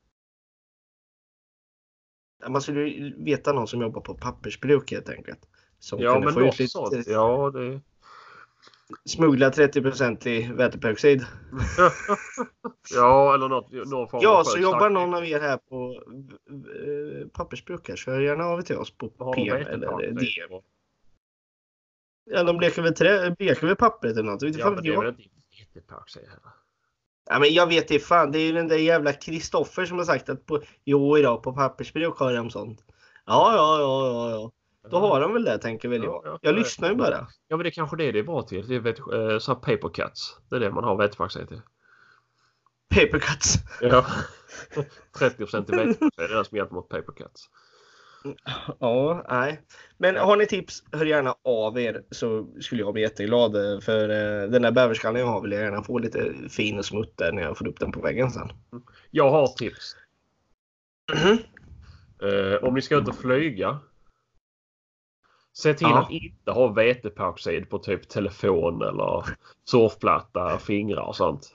Man skulle ju veta någon som jobbar på pappersbruk helt enkelt. Som Ja, kunde men få ut något lite, sånt. Ja, det... smuggla trettio procent i väteperoxid. ja, eller något, någon form Ja, av så sjuk jobbar stark- någon av er här på eh, pappersbruk här, så hör gärna av er till oss på Har P de M eller veteperoxid D M. på? Ja, de bleker väl, trä, bleker väl pappret eller något. Vet Ja, fan men vet det är jag. väl inte veteperoxid heller. Ja, men jag vet det fan. Det är ju den där jävla Kristoffer som har sagt att på, jo idag på pappersbruk har de sånt. Ja, ja, ja, ja, ja. Då har de väl det, tänker väl jag. Ja, ja. Jag lyssnar ju bara. Ja, men det är kanske det det är bra till. Det är vet, eh, så här paper cuts. Det är det man har veteperoxid till. Paper cuts. Ja. trettio procent i veteperoxid. Det är det som hjälper mot paper cuts. Ja, nej. Men har ni tips, hör gärna av er, så skulle jag bli jätteglad. För eh, den där bäverskallen jag har vill jag gärna få lite fin och smutt där när jag får upp den på väggen sen. Jag har tips. Mhm. Eh, om ni ska ut och flyga. Se till Ja. att inte ha veteperoxid på typ telefon eller surfplatta, fingrar och sånt.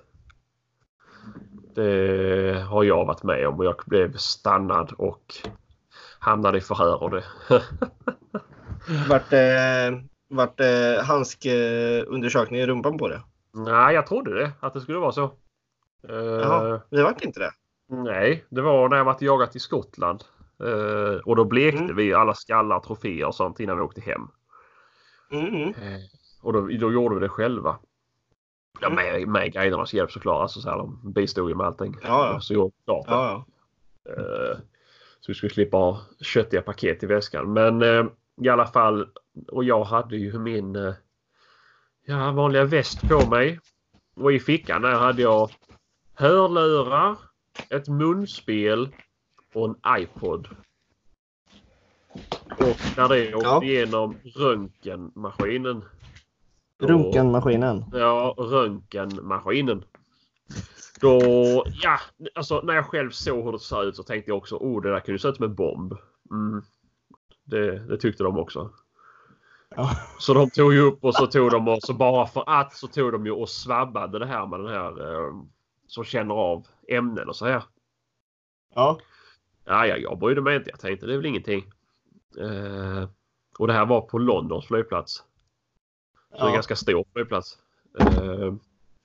Det har jag varit med om och jag blev stannad och hamnade i förhör och det. Vart, eh, vart eh, handskundersökning i rumpan på det? Nej, jag trodde det. Att det skulle vara så. Eh, Jaha, det vart inte det. nej, det var när jag varit jagat i Skottland. Eh, och då blekte Mm. vi alla skallar, troféer och sånt innan vi åkte hem. Mm, mm. Eh, och då, då gjorde vi det själva. Ja, med, med guidernas hjälp såklart. Alltså så här, de bistod ju med allting. Ja, ja. Så gjorde vi klart det. Ja, ja. Eh, så vi skulle slippa ha köttiga paket i väskan. Men eh, i alla fall. Och jag hade ju min eh, ja, vanliga väst på mig. Och i fickan där hade jag hörlurar, ett munspel och en iPod. Och när det åkte Ja. igenom röntgenmaskinen. då- Röntgenmaskinen. Ja, röntgenmaskinen. Då, ja, alltså när jag själv såg hur det såg ut så tänkte jag också, oh, det där kunde se ut som en bomb. Mm. Det, det tyckte de också. Ja. Så de tog ju upp och så tog de och så bara för att så tog de ju och svabbade det här med den här eh, som känner av ämnen och så här. Ja. Ja, ja, jag brydde mig inte. Jag tänkte det är väl ingenting. Eh, och det här var på Londons flygplats. Så det är en Ja. ganska stor flygplats. Eh,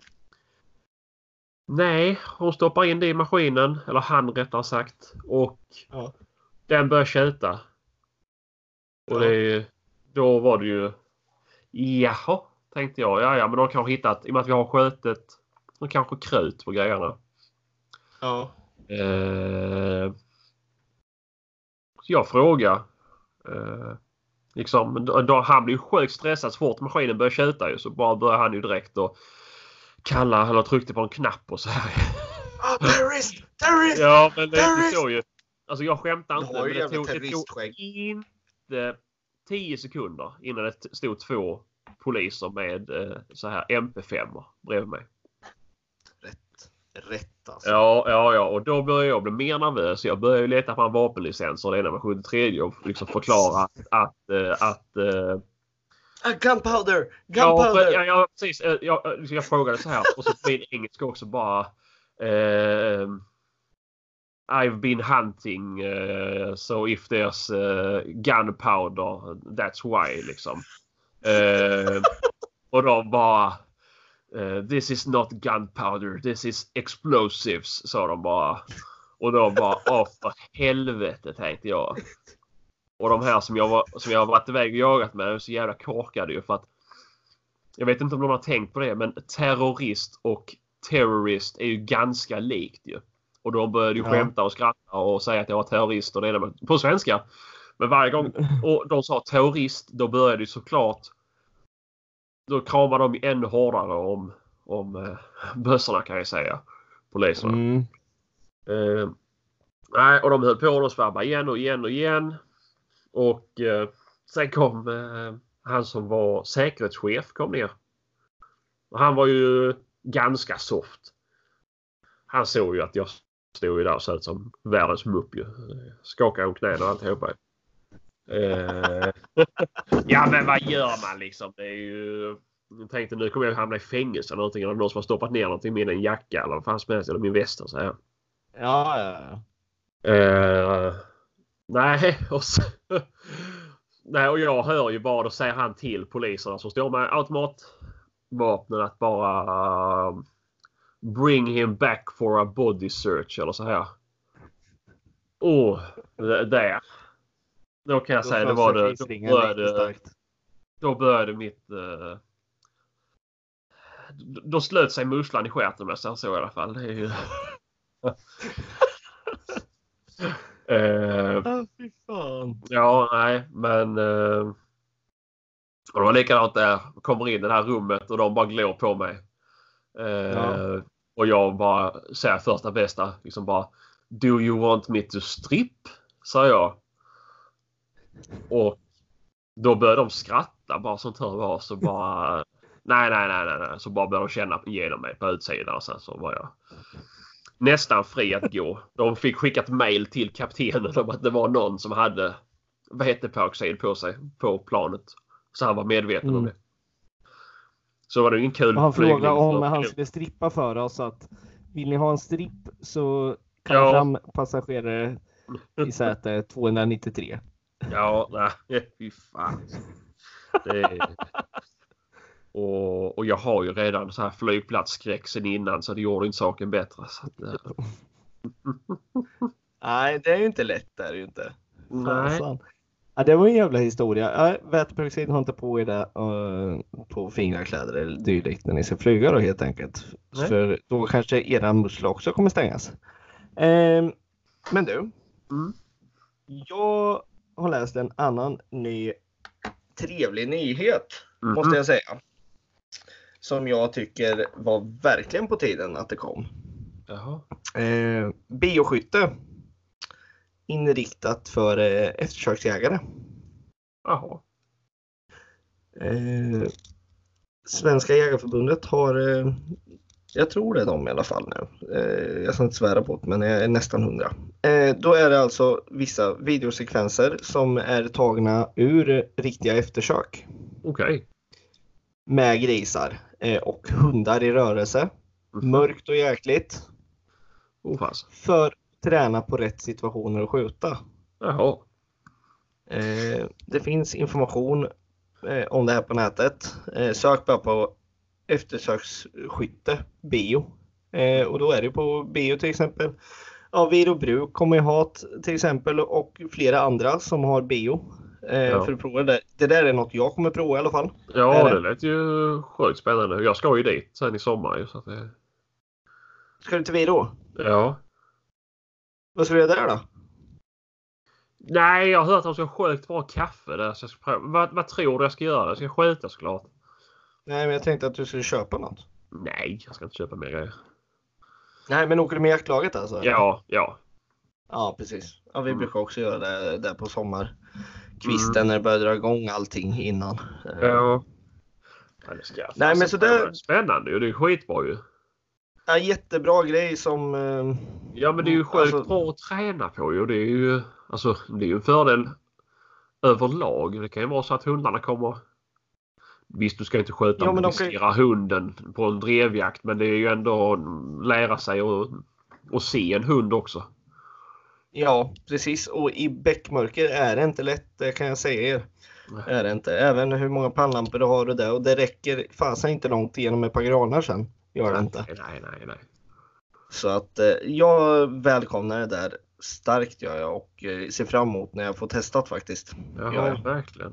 nej, hon stoppar in det i maskinen. Eller han rättare sagt. Och Ja. den börjar tjuta. Och Ja. det, då var det ju... Jaha, tänkte jag. Ja, ja, men de kanske hittat... I och med att vi har skötet... De kanske krut på grejerna. Ja. Eh, jag frågar. Eh, liksom, då, då han blir sjukt stressad så fort maskinen börjar tjuta ju, så bara börjar han ju direkt och kalla eller tryckte på en knapp och så här. Ah, terrorist! Terrorist! Ja, men det, det terrorist! står ju. Alltså jag skämtar Du inte, har men ju det tog, jävla det tog terroristskägg. inte tio sekunder innan det stod två poliser med eh, så här M P fem bredvid mig. Rätt. Rätt alltså. Ja, ja, ja. Och då började jag bli mer nervös. Jag började leta på en vapenlicens och det ena med sjuttiotre och liksom förklara att... att, att, att uh... ah, gunpowder! Ja, Gunpowder! ja, ja, precis. Jag, jag, jag frågade så här och så min engelska också bara... Uh, I've been hunting uh, so if there's uh, gunpowder that's why liksom. Uh, och de bara... Uh, this is not gunpowder, this is explosives, sa de bara. Och då bara, åh för helvete, tänkte jag. Och de här som jag, var, som jag har varit iväg och jagat med är så jävla korkade ju för att jag vet inte om de har tänkt på det, men terrorist och terrorist är ju ganska likt ju. Och de började ju Ja. skämta och skratta och säga att jag var terrorist och det är på svenska. Men varje gång och de sa terrorist, då började ju såklart då kramade de ännu hårdare om, om eh, bössorna kan jag säga. Poliserna. Mm. Eh, nej, och de höll på och svabba igen och igen och igen. Och eh, sen kom eh, han som var säkerhetschef kom ner. Och han var ju ganska soft. Han såg ju att jag stod ju där och såg ut som världens mupp ju. Skakade om knäna och alltihopa. Eh, ja, men vad gör man liksom? Det är ju... Jag tänkte nu kommer jag hamna i fängelse eller någonting. Eller någon som har stoppat ner någonting i min jacka eller vad fan som helst. Eller min väst och så här. Ja, ja, ja. Eh, nej, och så, nej, och jag hör ju bara, då säger han till poliserna som står med automatvapnen att bara uh, bring him back for a body search eller så här. Åh, det där. Då kan jag Då säga det var det. Då började, då började mitt... Uh, då slöt sig musslan i stjärten med så, så i alla fall. Det är ju... uh, ah, fy fan. Ja, nej, men... Uh, och det var likadant där. Jag kommer in i det här rummet och de bara glår på mig. Uh, ja. Och jag bara säger första bästa. Liksom bara... Do you want me to strip? Sa jag. Och då började de skratta bara som tur var. Så bara... nej, nej, nej, nej, nej. Så bara började de känna igenom mig på utsidan. Och sen så var jag nästan fri att gå. De fick skickat mail till kaptenen om att det var någon som hade väteperoxid på sig på planet. Så han var medveten mm. om det. Så var det ingen kul. Och han frågade om han skulle strippa för oss. Att vill ni ha en stripp så kan ja. fram passagerare i säte tvåhundranittiotre. Ja, nej, fy fan. Det är... Och, och jag har ju redan så här flygplatsskräck sen innan så det gjorde inte saken bättre. Så att, nej, det är ju inte lätt där ju inte. Nej. Ja, det var en jävla historia. Ja, väteperoxid har inte på er det uh, på fingerkläder eller dylikt när ni ska flyga då helt enkelt. Nej. För då kanske era muskler också kommer stängas. Uh, men du, mm. jag har läst en annan ny trevlig nyhet mm-hmm. måste jag säga. Som jag tycker var verkligen på tiden att det kom. Jaha. Eh, bioskytte. Inriktat för eh, eftersöksjägare. Jaha. Eh, Svenska jägarförbundet har, eh, jag tror det är de i alla fall nu. Eh, jag ska inte svära på det, men jag är nästan hundra. Eh, då är det alltså vissa videosekvenser som är tagna ur riktiga eftersök. Okej. Okay. Med grisar eh, och hundar i rörelse. Mm. Mörkt och jäkligt. Oh, fast. För att träna på rätt situationer och skjuta. Jaha. Eh, det finns information eh, om det här på nätet. Eh, sök bara på eftersöksskytte, bio. Eh, och då är det på bio till exempel. Ja, Vid och Bruk kommer ju ha till exempel och flera andra som har bio. Eh, ja. För att prova det. Det där är något jag kommer prova i alla fall. Ja, det, det lät ju sjukt spännande. Jag ska ju dit sen i sommar. Så att det... Ska du till Vid då? Ja. Vad ska du göra där då? Nej, jag har hört att de ska sjukt bra kaffe där. Så jag ska pröva. Vad, vad tror du jag ska göra? Jag ska skjuta såklart. Nej, men jag tänkte att du skulle köpa något. Nej, jag ska inte köpa mer grejer. Nej, men åker du med jaktlaget alltså? eller? Ja, ja. Ja, precis. Ja, vi Mm. brukar också göra det där på sommarkvisten när det börjar dra igång allting innan. Eh, Ja. Ja, det ska jag. Nej, men Alltså, så där- det är spännande ju. Det är skitbra ju. Ja, jättebra grej som... eh, Ja, men det är ju sjukt alltså- bra att träna på ju. Det är ju alltså, det är ju en fördel överlag. Det kan ju vara så att hundarna kommer... Visst, du ska inte sköta Ja, och men de kan- dressera hunden på en drevjakt, men det är ju ändå att lära sig och, och se en hund också. Ja, precis. Och i bäckmörker är det inte lätt, det kan jag säga er. Nej. Är det inte. Även hur många pannlampor du har och det. Och det räcker fasen inte långt igenom ett par granar sen. Gör det inte. Nej, nej, nej, nej. Så att eh, jag välkomnar det där starkt gör jag och eh, ser fram emot när jag får testat faktiskt. Ja, Ja. verkligen.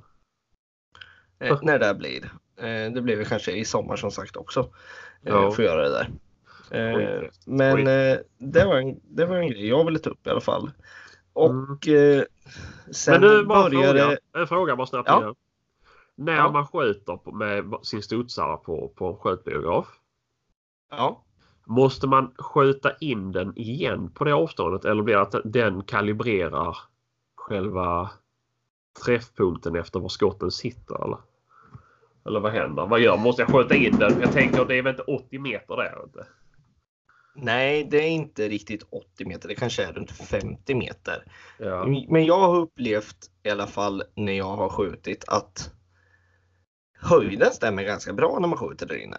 Eh, när det blir. Eh, det blir väl kanske i sommar som sagt också. Eh, Ja. Får göra det där. Eh, Skithäftigt. men Skit. eh, det, var en, det var en grej jag ville ta upp i alla fall. Och eh, sen Men du, bara en började... fråga. En fråga bara snabbt Ja. igen. När Ja. man skjuter på- med sin studsare på, på en skjutbiograf. Ja. Måste man skjuta in den igen på det avståndet eller blir det att den kalibrerar själva träffpunkten efter var skotten sitter? Eller, eller vad händer? Vad gör? Måste jag skjuta in den? Jag tänker det är väl inte åttio meter där inte? Nej, det är inte riktigt åttio meter. Det kanske är runt femtio meter. Ja. Men jag har upplevt i alla fall när jag har skjutit att höjden stämmer ganska bra när man skjuter där inne.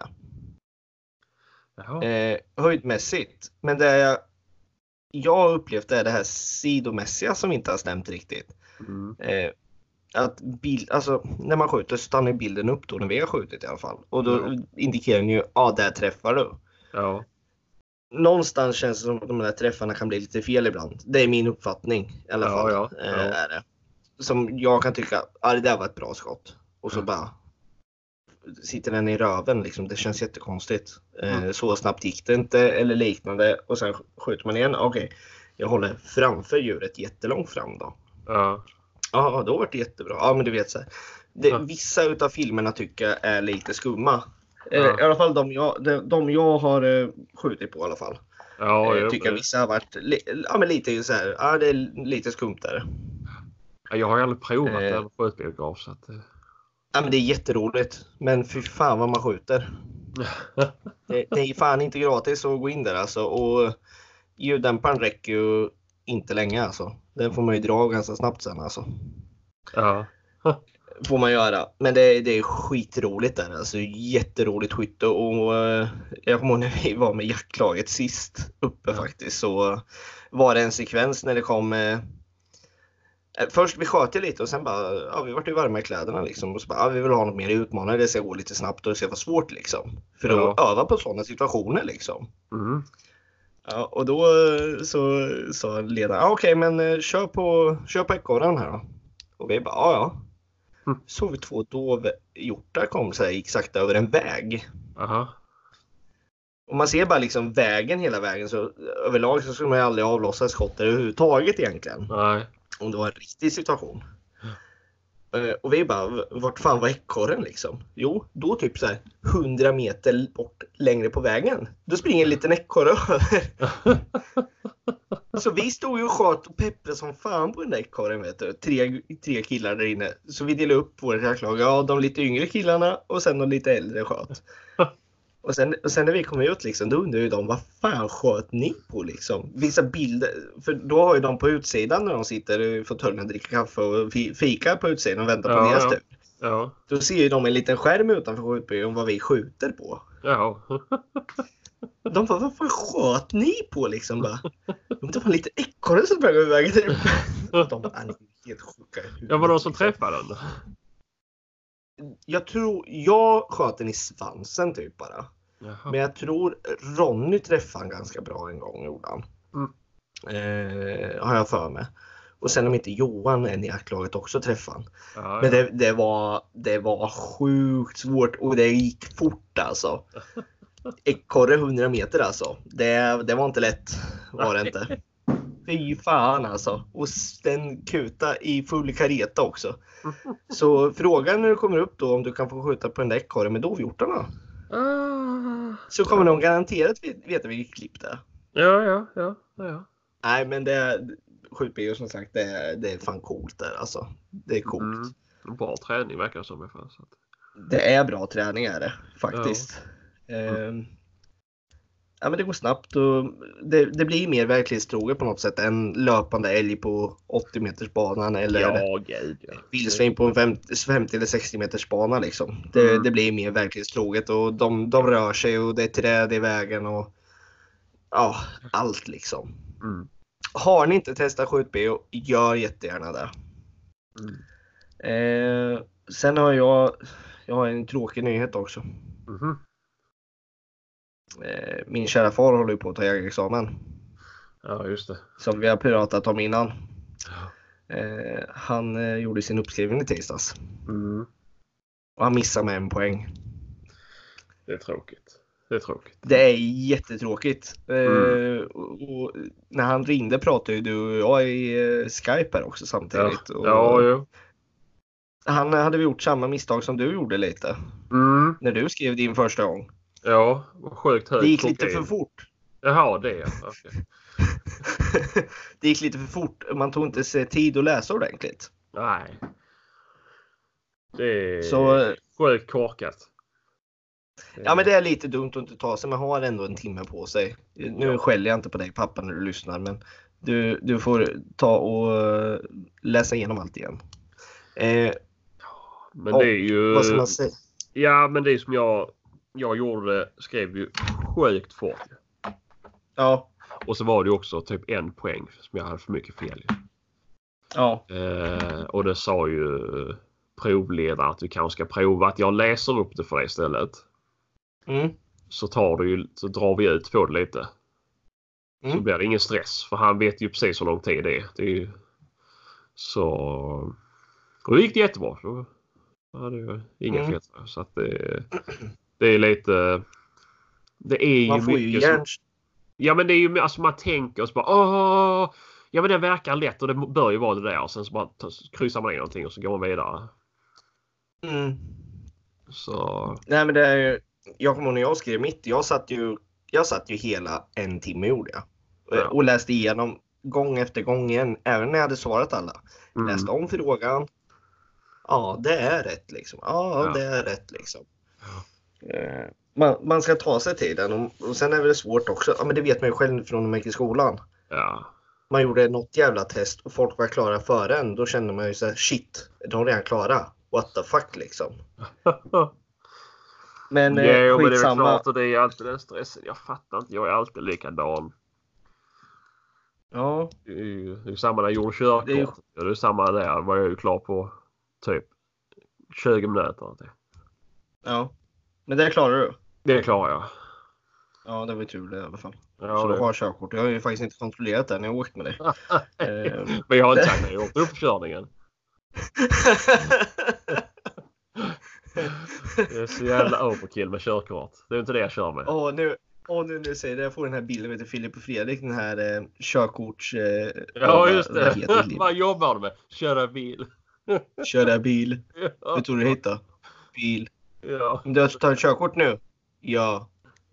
Jaha. Eh, höjdmässigt. Men det jag, jag har upplevt är det här sidomässiga som inte har stämt riktigt. Mm. Eh, att bild, alltså, när man skjuter så stannar bilden upp då när vi har skjutit i alla fall. Och då Ja. indikerar den ju, ja där träffar du. Ja. Någonstans känns det som att de där träffarna kan bli lite fel ibland. Det är min uppfattning i alla Ja, fall. ja, eh, ja. Är det. Som jag kan tycka, ja det där var ett bra skott. Och så Mm. bara sitter den i röven liksom. Det känns jättekonstigt. Eh, Mm. Så snabbt gick det inte eller liknande. Och sen skjuter man igen. Okej, jag håller framför djuret jättelångt fram då. Ja. Ja, då var det jättebra. Ja, men du vet så här. Det, Ja. Vissa utav filmerna tycker jag är lite skumma. Eh, Ja. I alla fall de jag, de, de jag har eh, skjutit på i alla fall. Ja, Eh, jo, tycker jag men- vissa har varit li- ja, men lite så här. Ja, det är lite skumt där. jag har ju aldrig provat Eh. en skjutbiograf så att... eh. Ja, men det är jätteroligt. Men fy fan vad man skjuter. Det, det är fan inte gratis att gå in där alltså. Och ljuddämparen räcker ju inte länge alltså. Den får man ju dra av ganska snabbt sen alltså. Ja. Får man göra. Men det, det är skitroligt där alltså. Jätteroligt skytte. Och eh, jag kommer ihåg när vi var med jaktlaget sist uppe Ja. faktiskt. Så var det en sekvens när det kom... Eh, först vi sköt ju lite och sen bara, ja vi vart ju varma i kläderna liksom. Och så bara, ja, vi vill ha något mer utmanande. Det ska gå lite snabbt och det ska vara svårt liksom. För att Ja. öva på sådana situationer liksom. Mm. Ja, och då eh, så sa ledaren, ja, okej men eh, kör på, kör på ekorren här då. Och vi bara, ja ja. Mm. Så vi två dovhjortar kom så här, gick sakta över en väg. Aha. Och man ser bara liksom vägen hela vägen så överlag så skulle man ju aldrig avlossa ett skott överhuvudtaget egentligen. Nej. Om det var en riktig situation. Eh, Och vi bara, vart fan var ekorren liksom? Jo, då typ så här hundra meter bort längre på vägen. Då springer en liten ekorre över. Så vi stod ju och sköt och pepprade som fan på den där ekorren vet du. Tre, tre killar där inne. Så vi delade upp vårt jaktlag. Ja, de lite yngre killarna och sen de lite äldre sköt. Och sen, och sen när vi kom ut liksom, då undrade ju de, vad fan sköt ni på liksom? Vissa bilder, för då har ju de på utsidan när de sitter i fåtöljen och dricker kaffe och fi- fikar på utsidan och väntar på Ja, deras ja. tur. Ja. Då ser ju de en liten skärm utanför skjutbyrån vad vi skjuter på. Ja. De bara, vad fan sköt ni på liksom? Bara, "Men det var lite ekorre som sprang över vägen där uppe." De bara, "Ah, ni är helt sjuka i huvudet." Ja, var det någon som träffade den? Jag tror, jag sköt den i svansen typ bara. Jaha. Men jag tror Ronny träffade han ganska bra en gång gjorde han. Mm. Eh, har jag för mig. Och sen om inte Johan en i jaktlaget också träffade han. Ja, Men ja. det, det, var, det var sjukt svårt och det gick fort alltså. Ekorre hundra meter alltså. Det, det var inte lätt. Var det inte. Fy fan alltså. Och den kuta i full kareta också. Så frågan när du kommer upp då om du kan få skjuta på den där ekorren med dovhjortarna. Ah, Så kommer ja. de garanterat veta vilket klipp det är. Ja, ja, ja, ja. Nej, men det är skjut-B O som sagt, det är, det är fan coolt där alltså. Det är coolt. Mm. Bra träning verkar det som i fall. Så att... Det är bra träning är det faktiskt. Ja, mm. ja men det går snabbt och det, det blir mer verklighetstroget på något sätt än löpande älg på åttio meters banan eller ja, gud, ja. vildsvin på en femtio eller sextio meters bana liksom. Det, mm. det blir mer verklighetstroget och de, de rör sig och det är träd i vägen och ja, allt liksom. Mm. Har ni inte testat skjut-B O, gör jättegärna det. Mm. Eh, sen har jag, jag har en tråkig nyhet också. Mm. Eh, min kära far håller ju på att ta jägarexamen. Ja, just det. Som vi har pratat om innan. Ja. Eh, han eh, gjorde sin uppskrivning i tisdags. Mm. Och han missade med en poäng. Det är tråkigt. Det är tråkigt. Det är jättetråkigt. Mm. Eh, och, och när han ringde pratade ju du och jag i eh, Skype här också samtidigt. Ja, och, ja, ja. Han hade gjort samma misstag som du gjorde lite. Mm. När du skrev din första gång. Ja, sjukt högt. Det gick lite för fort. Jaha, det är okay. Det gick lite för fort. Man tog inte sig tid att läsa ordentligt. Nej. Det är så, sjukt korkat. Ja, men det är lite dumt att inte ta sig. Man har ändå en timme på sig. Nu ja. skäller jag inte på dig pappa när du lyssnar. Men du, du får ta och läsa igenom allt igen. Eh, men det är ju... Vad ska man säga? Ja, men det är som jag... Jag gjorde, skrev ju sjukt fort. Ja. Och så var det också typ en poäng som jag hade för mycket fel. Ja. Eh, och det sa ju provledaren att vi kanske ska prova att jag läser upp det för dig istället. Mm. Så tar du ju, så drar vi ut på det lite. Mm. Så blir det ingen stress. För han vet ju precis hur lång tid det är. Det är ju... Så... Och det gick det jättebra. Så... Ja, det är inga mm. fel. Så att det... Det är lite... Det är ju man får mycket... Ju hjärn... som, ja, men det är ju... Alltså man tänker och så bara... Åh, ja, men det verkar lätt och det bör ju vara det där. Och sen så bara kryssar man in någonting och så går man vidare. Mm. Så... Nej, men det är ju... Jag kommer ihåg när jag skrev mitt. Jag satt ju... Jag satt ju hela en timme gjorde jag. Ja. Och läste igenom gång efter gång igen. Även när jag hade svarat alla. Mm. Läste om frågan. Ja, det är rätt liksom. Ja, ja. det är rätt liksom. Ja. Man, man ska ta sig till den och, och sen är det svårt också. Ja, men det vet man ju själv från när man gick i skolan. Ja. Man gjorde något jävla test och folk var klara före en. Då kände man ju så här, shit, de är redan klara. What the fuck liksom. Men ja, eh, men det är samma... klart och det är alltid den stressen. Jag fattar inte, jag är alltid likadan. Ja. Det är ju det är samma när jag gjorde körkort. Det är, ju... det är samma där, var jag ju klar på typ tjugo minuter. Ja. Men det klarar du? Det klarar jag. Ja, det var tur det i alla fall. Ja, så det... du har körkort. Jag har ju faktiskt inte kontrollerat det när jag åkt med dig. um... Men jag har inte sagt när jag åkte upp körningen. Det är så jävla overkill med körkort. Det är inte det jag kör med. Åh, nu, åh, nu, nu säger det. Jag får den här bilden med Filip och Fredrik. Den här eh, körkorts... Eh, ja, just det. Vad jobbar du med? Köra bil. Köra bil. Ja. Vet du vad du hittar? Bil. Ja. Om du tar ett körkort nu? Ja.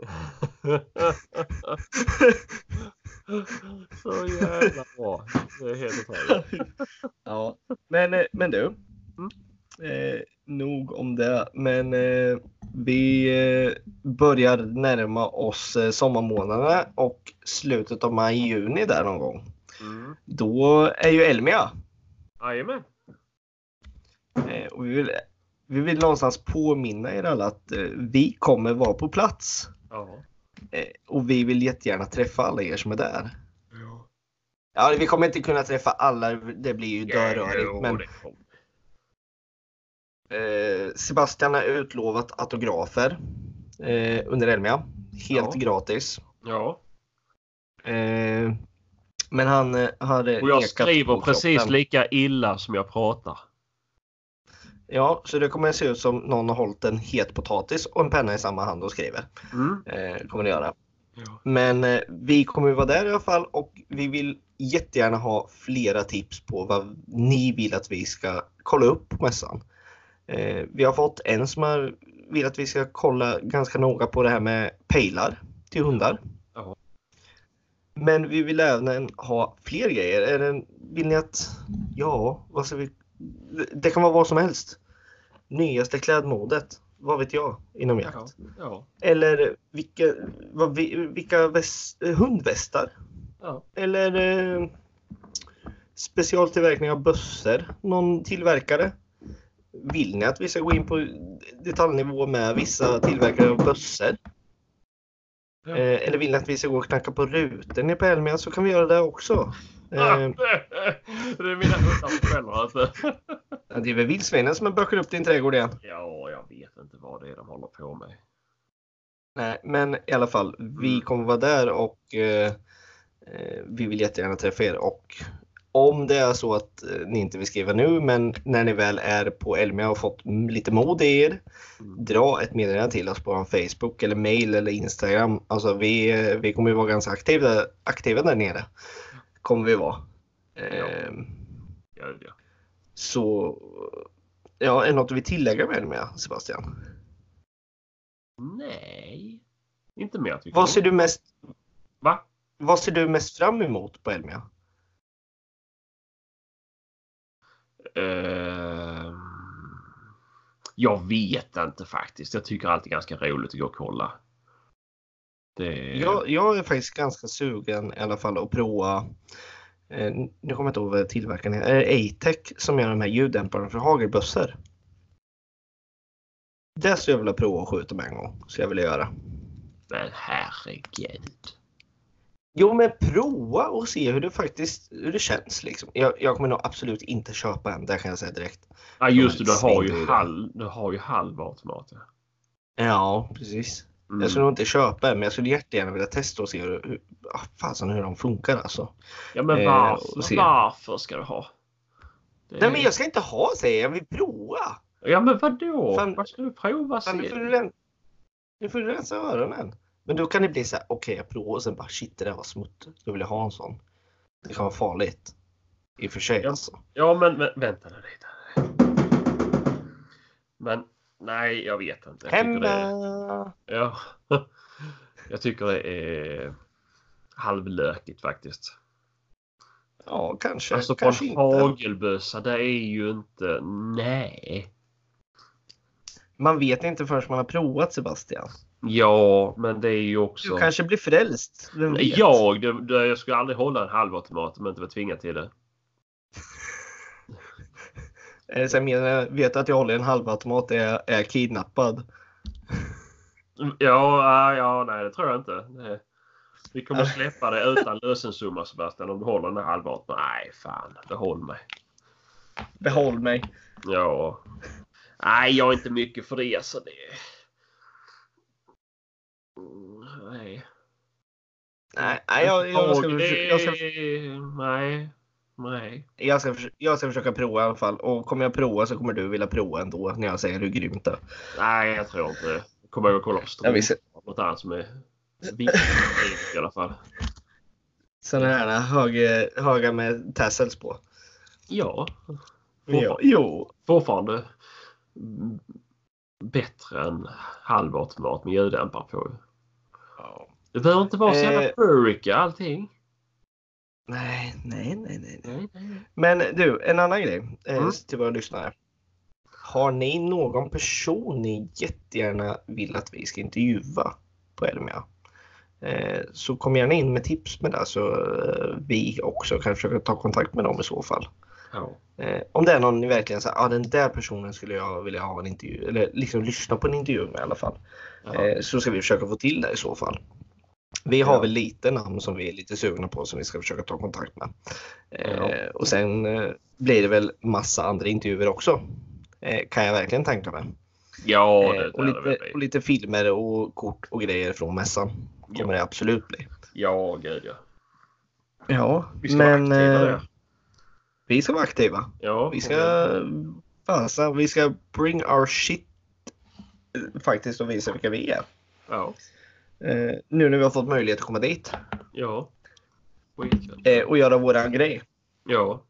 Så jävla bra. Det är helt otroligt. Ja. Men, men du. Mm. Eh, nog om det. Men eh, vi eh, börjar närma oss eh, sommarmånaderna och slutet av maj-juni där någon gång. Mm. Då är ju Elmia. Jajamän. Eh, och vi vill, vi vill någonstans påminna er alla att eh, vi kommer vara på plats. Ja. Eh, och vi vill jättegärna träffa alla er som är där. Ja. Ja, vi kommer inte kunna träffa alla. Det blir ju dörrörigt. Ja, men eh, Sebastian har utlovat autografer eh, under Elmia. Helt ja. gratis. Ja. Eh, men han eh, hade och jag skriver precis kroppen. Lika illa som jag pratar. Ja, så det kommer att se ut som någon har hållit en het potatis och en penna i samma hand och skriver. Mm. Eh, kommer det göra. Ja. Men eh, vi kommer att vara där i alla fall och vi vill jättegärna ha flera tips på vad ni vill att vi ska kolla upp på mässan. Eh, vi har fått en som har, vill att vi ska kolla ganska noga på det här med pejlar till hundar. Ja. Men vi vill även ha fler grejer. Är det, vill ni att, ja, vad ska vi, det kan vara vad som helst. Nyaste klädmodet, vad vet jag, inom jakt. Ja. Ja. Eller vilka, vad, vilka väst, hundvästar. Ja. Eller eh, specialtillverkning av bössor. Någon tillverkare. Vill ni att vi ska gå in på detaljnivå med vissa tillverkare av bössor? Ja. Eh, eller vill ni att vi ska gå och knacka på rutan i på Elmia, så kan vi göra det också. Eh, Det är mina hundar själva alltså. det är väl vildsvinen som har bökat upp din trädgård igen. Ja, jag vet inte vad det är de håller på med. Nej, men i alla fall, vi kommer vara där och eh, eh, vi vill jättegärna träffa er. Och om det är så att eh, ni inte vill skriva nu, men när ni väl är på Elmia och fått lite mod i er, Mm. dra ett meddelande till oss på vår Facebook eller mail eller Instagram. Alltså vi, eh, vi kommer ju vara ganska aktiva, aktiva där nere. Kommer vi vara. Eh, Ja, ja. Så, ja, är det något vi tillägger med Elmia, Sebastian? Nej. Inte mer tycker Vad ser du mest, Va? vad ser du mest fram emot på Elmia? Uh, jag vet inte faktiskt. Jag tycker alltid ganska roligt att gå och kolla. Det... Jag, jag är faktiskt ganska sugen i alla fall att prova, eh, nu kommer jag inte ihåg vad tillverkaren är, är A-Tech som gör de här ljuddämparna för hagelbössor. Det skulle jag vilja prova att skjuta med en gång, så jag vill göra. Men herregud. Jo, men prova och se hur det faktiskt hur det känns liksom. Jag, jag kommer nog absolut inte köpa en, det kan jag säga direkt. Ja just det, De du har ju svindyra. halv, du har ju halvautomat. Ja, precis. Mm. Jag skulle nog inte köpa en, men jag skulle jättegärna vilja testa och se hur, hur, ah, fasen, hur de funkar alltså. Ja men Eh, varför, och se. varför ska du ha? Det... Nej, men jag ska inte ha, säger jag, jag vill prova. Ja men vadå? Fan- Vad ska du prova Fan, nu får sen? du ren- nu får du rensa öronen. Men då kan det bli så här, okej okay, jag provar och sen bara shit, det där var smutt. Då vill jag ha en sån. Det kan vara farligt. I och för sig Ja. alltså. Ja men vä- vänta nu lite. Men nej, jag vet inte. Jag tycker Hemma! det är, ja, jag tycker det är halvlökigt faktiskt. Ja, kanske. Alltså på kanske en inte. hagelbössa, det är ju inte, nej. Man vet inte förrän man har provat, Sebastian. Ja, men det är ju också... Du kanske blir frälst. Vem vet? Jag, det, det, jag skulle aldrig hålla en halvautomat om jag inte var tvingad till det. Eh, Sen menar jag, vet att jag håller en halvautomat är jag är kidnappad. Ja, ja, ja, nej det tror jag inte. Det, vi kommer släppa det utan lösensumma Sebastian om du håller den här halvautomaten. Nej, fan, behåll mig. Behåll mig. Ja. Nej, jag är inte mycket för det så det... Mm, nej. Nej, nej jag, jag, ska, försöka, jag, ska, Nej, nej. jag, ska, försöka- jag ska försöka prova i alla fall. Och kommer jag prova så kommer du vilja prova ändå när jag säger hur grymt det är. Nej, jag tror inte det. Jag kommer ihåg att kolla på Jag vill se- strumpor. Något annat som är viktigt i alla fall. Sådana här höga, höga med tassels på. Ja. Jo. jo. Fortfarande mm, bättre än halvautomat med ljuddämpare på. Ja. Det behöver inte vara så jävla Eh. burka allting. Nej, nej, nej, nej. nej. Nej, nej. Men du, en annan grej eh, Mm. till våra lyssnare. Har ni någon person ni jättegärna vill att vi ska intervjua på Elmia? Eh, så kom gärna in med tips med det så eh, vi också kan försöka ta kontakt med dem i så fall. Ja. Eh, om det är någon ni verkligen säger, ah, den där personen skulle jag vilja ha en intervju eller liksom lyssna på en intervju med i alla fall. Ja. Eh, så ska vi försöka få till det i så fall. Vi har Ja. väl lite namn som vi är lite sugna på som vi ska försöka ta kontakt med. Eh, Ja. Och sen eh, blir det väl massa andra intervjuer också. Eh, kan jag verkligen tänka mig. Ja, Eh, det, och, det, det, lite, och lite filmer och kort och grejer från mässan. Kommer Ja. det absolut bli. Ja, gud ja. Ja, Vi ska men vara aktiva eh, där. vi ska vara aktiva. Ja, Vi ska fasa, vi ska bring our shit eh, faktiskt och visa vilka vi är. Ja. Eh, nu när vi har fått möjlighet att komma dit. Ja. Skitkul. Eh, och göra våran grej. Ja.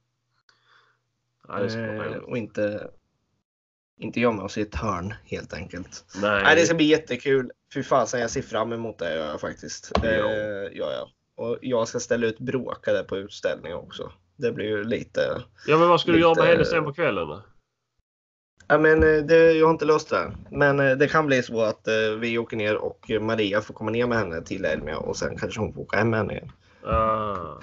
Ja, det ska vara Eh, roligt. och inte, inte gömma oss i ett hörn helt enkelt. Nej. Nej, det ska bli jättekul. Fy fasen, jag ser fram emot det gör jag faktiskt. Ja. Eh, ja, ja. Och jag ska ställa ut Bråka där på utställning också. Det blir ju lite... Ja, men vad ska du lite... göra med henne sen på kvällen då? Ja, men eh, det, jag har inte löst det än. Men eh, det kan bli så att eh, vi åker ner och Maria får komma ner med henne till Elmia och sen kanske hon får åka hem med henne igen. Ah.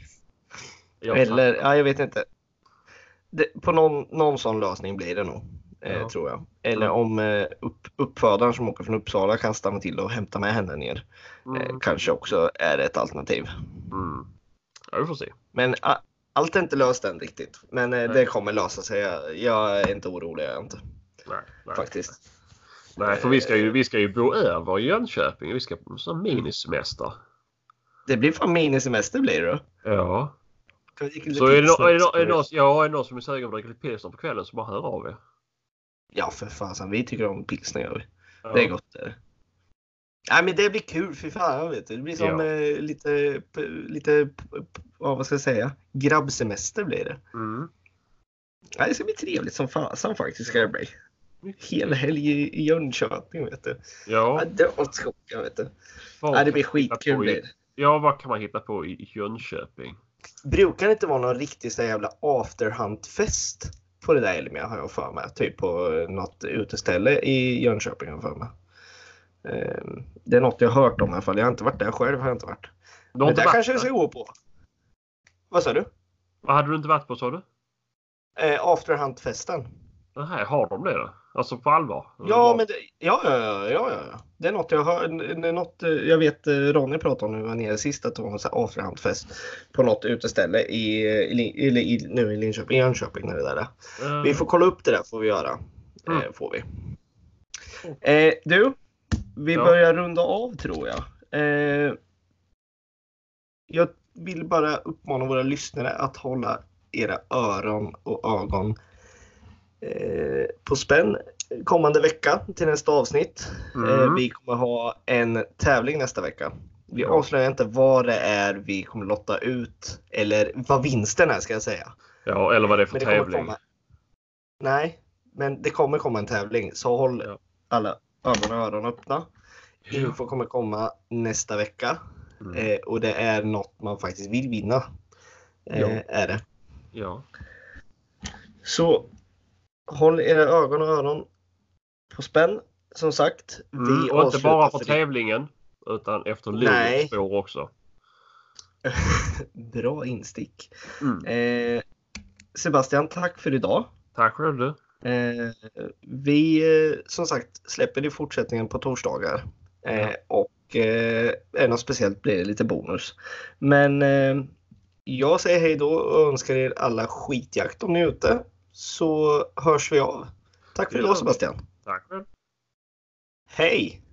Jag Eller, ja, jag vet inte. Det, på någon, någon sån lösning blir det nog, eh, Ja. tror jag. Eller Mm. om eh, upp, uppfödaren som åker från Uppsala kan stanna till och hämta med henne ner. Eh, Mm. kanske också är ett alternativ. Mm. Ja, vi får se. Men a, allt är inte löst än riktigt. Men eh, Nej. det kommer lösa sig. Jag, jag är inte orolig, jag är inte. Nej, nej. Faktiskt. Nej, för vi ska ju, vi ska ju bo över i Jönköping. Vi ska på en minisemester. Det blir fan minisemester blir det då. Ja. Kan vi dricka lite Så är det, pilsner no, är, det, också? no, är, det någon, ja, är det någon som är sugen på att dricka lite pilsner på kvällen så bara hör av er. Ja, för fan. Vi tycker om pilsner, gör vi. Ja. Det är gott. Det. Nej, men det blir kul, för fan, jag vet. Det blir som Ja. eh, lite, p- lite, p- p- vad ska jag säga, grabbsemester blir det. Mm. Nej, det ska bli trevligt som fasen faktiskt, ska det bli. Hela helg i, i Jönköping, vet du. Ja, Ja. det var skoja, vet du. Vad Nej, det blir kan man hitta skitkul på i- blir det. Ja, vad kan man hitta på i Jönköping? Brukar det inte vara någon riktig så här jävla afterhunt-fest på det där Elmia, har jag för mig. Typ på något uteställe i Jönköping, har jag för mig. Ehm, Det är något jag har hört om i alla fall. Jag har inte varit där själv, har jag inte varit. Du har Men inte där varit kanske vi där? ska gå på. Vad sa du? Vad hade du inte varit på, sa du? Eh, Afterhunt-festen. Nej, har de det då? Alltså på allvar? Eller Ja, bara- men det, ja, ja, ja, ja, ja. Det är något jag hör. Det är något, eh, jag vet eh, Ronny pratade om när vi var nere sist att det var en sån här afterhunt-fest på något uteställe i, i, Lin- eller i, nu i Linköping, i Jönköping när det där är. Eh, Vi får kolla upp det där, får vi göra. Mm. Eh, får vi. Eh, du, vi Ja. börjar runda av tror jag. Eh, jag vill bara uppmana våra lyssnare att hålla era öron och ögon eh, på spänn kommande vecka till nästa avsnitt. Mm. Eh, vi kommer ha en tävling nästa vecka. Vi Ja. avslöjar inte vad det är vi kommer lotta ut eller vad vinsten är, ska jag säga. Ja, eller vad det är för Men det kommer tävling. komma... Nej, men det kommer komma en tävling. Så håll Ja. alla ögon och öron öppna. Ja. Info kommer komma nästa vecka. Mm. Eh, och det är något man faktiskt vill vinna. Eh, Ja. Är det. Ja. Så håll era ögon och öron på spänn. Som sagt. Vi Mm. Och inte avslutar bara för för- tävlingen utan efter Nej. Luleås spår också. Bra instick. Mm. Eh, Sebastian, tack för idag. Tack själv du. Eh, vi eh, som sagt släpper i fortsättningen på torsdagar. Eh, och eh, är något speciellt blir det lite bonus. Men eh, jag säger hej då och önskar er alla skitjakt om ni är ute. Så hörs vi av. Tack för Det idag gör vi. Sebastian. Tack själv. Hej!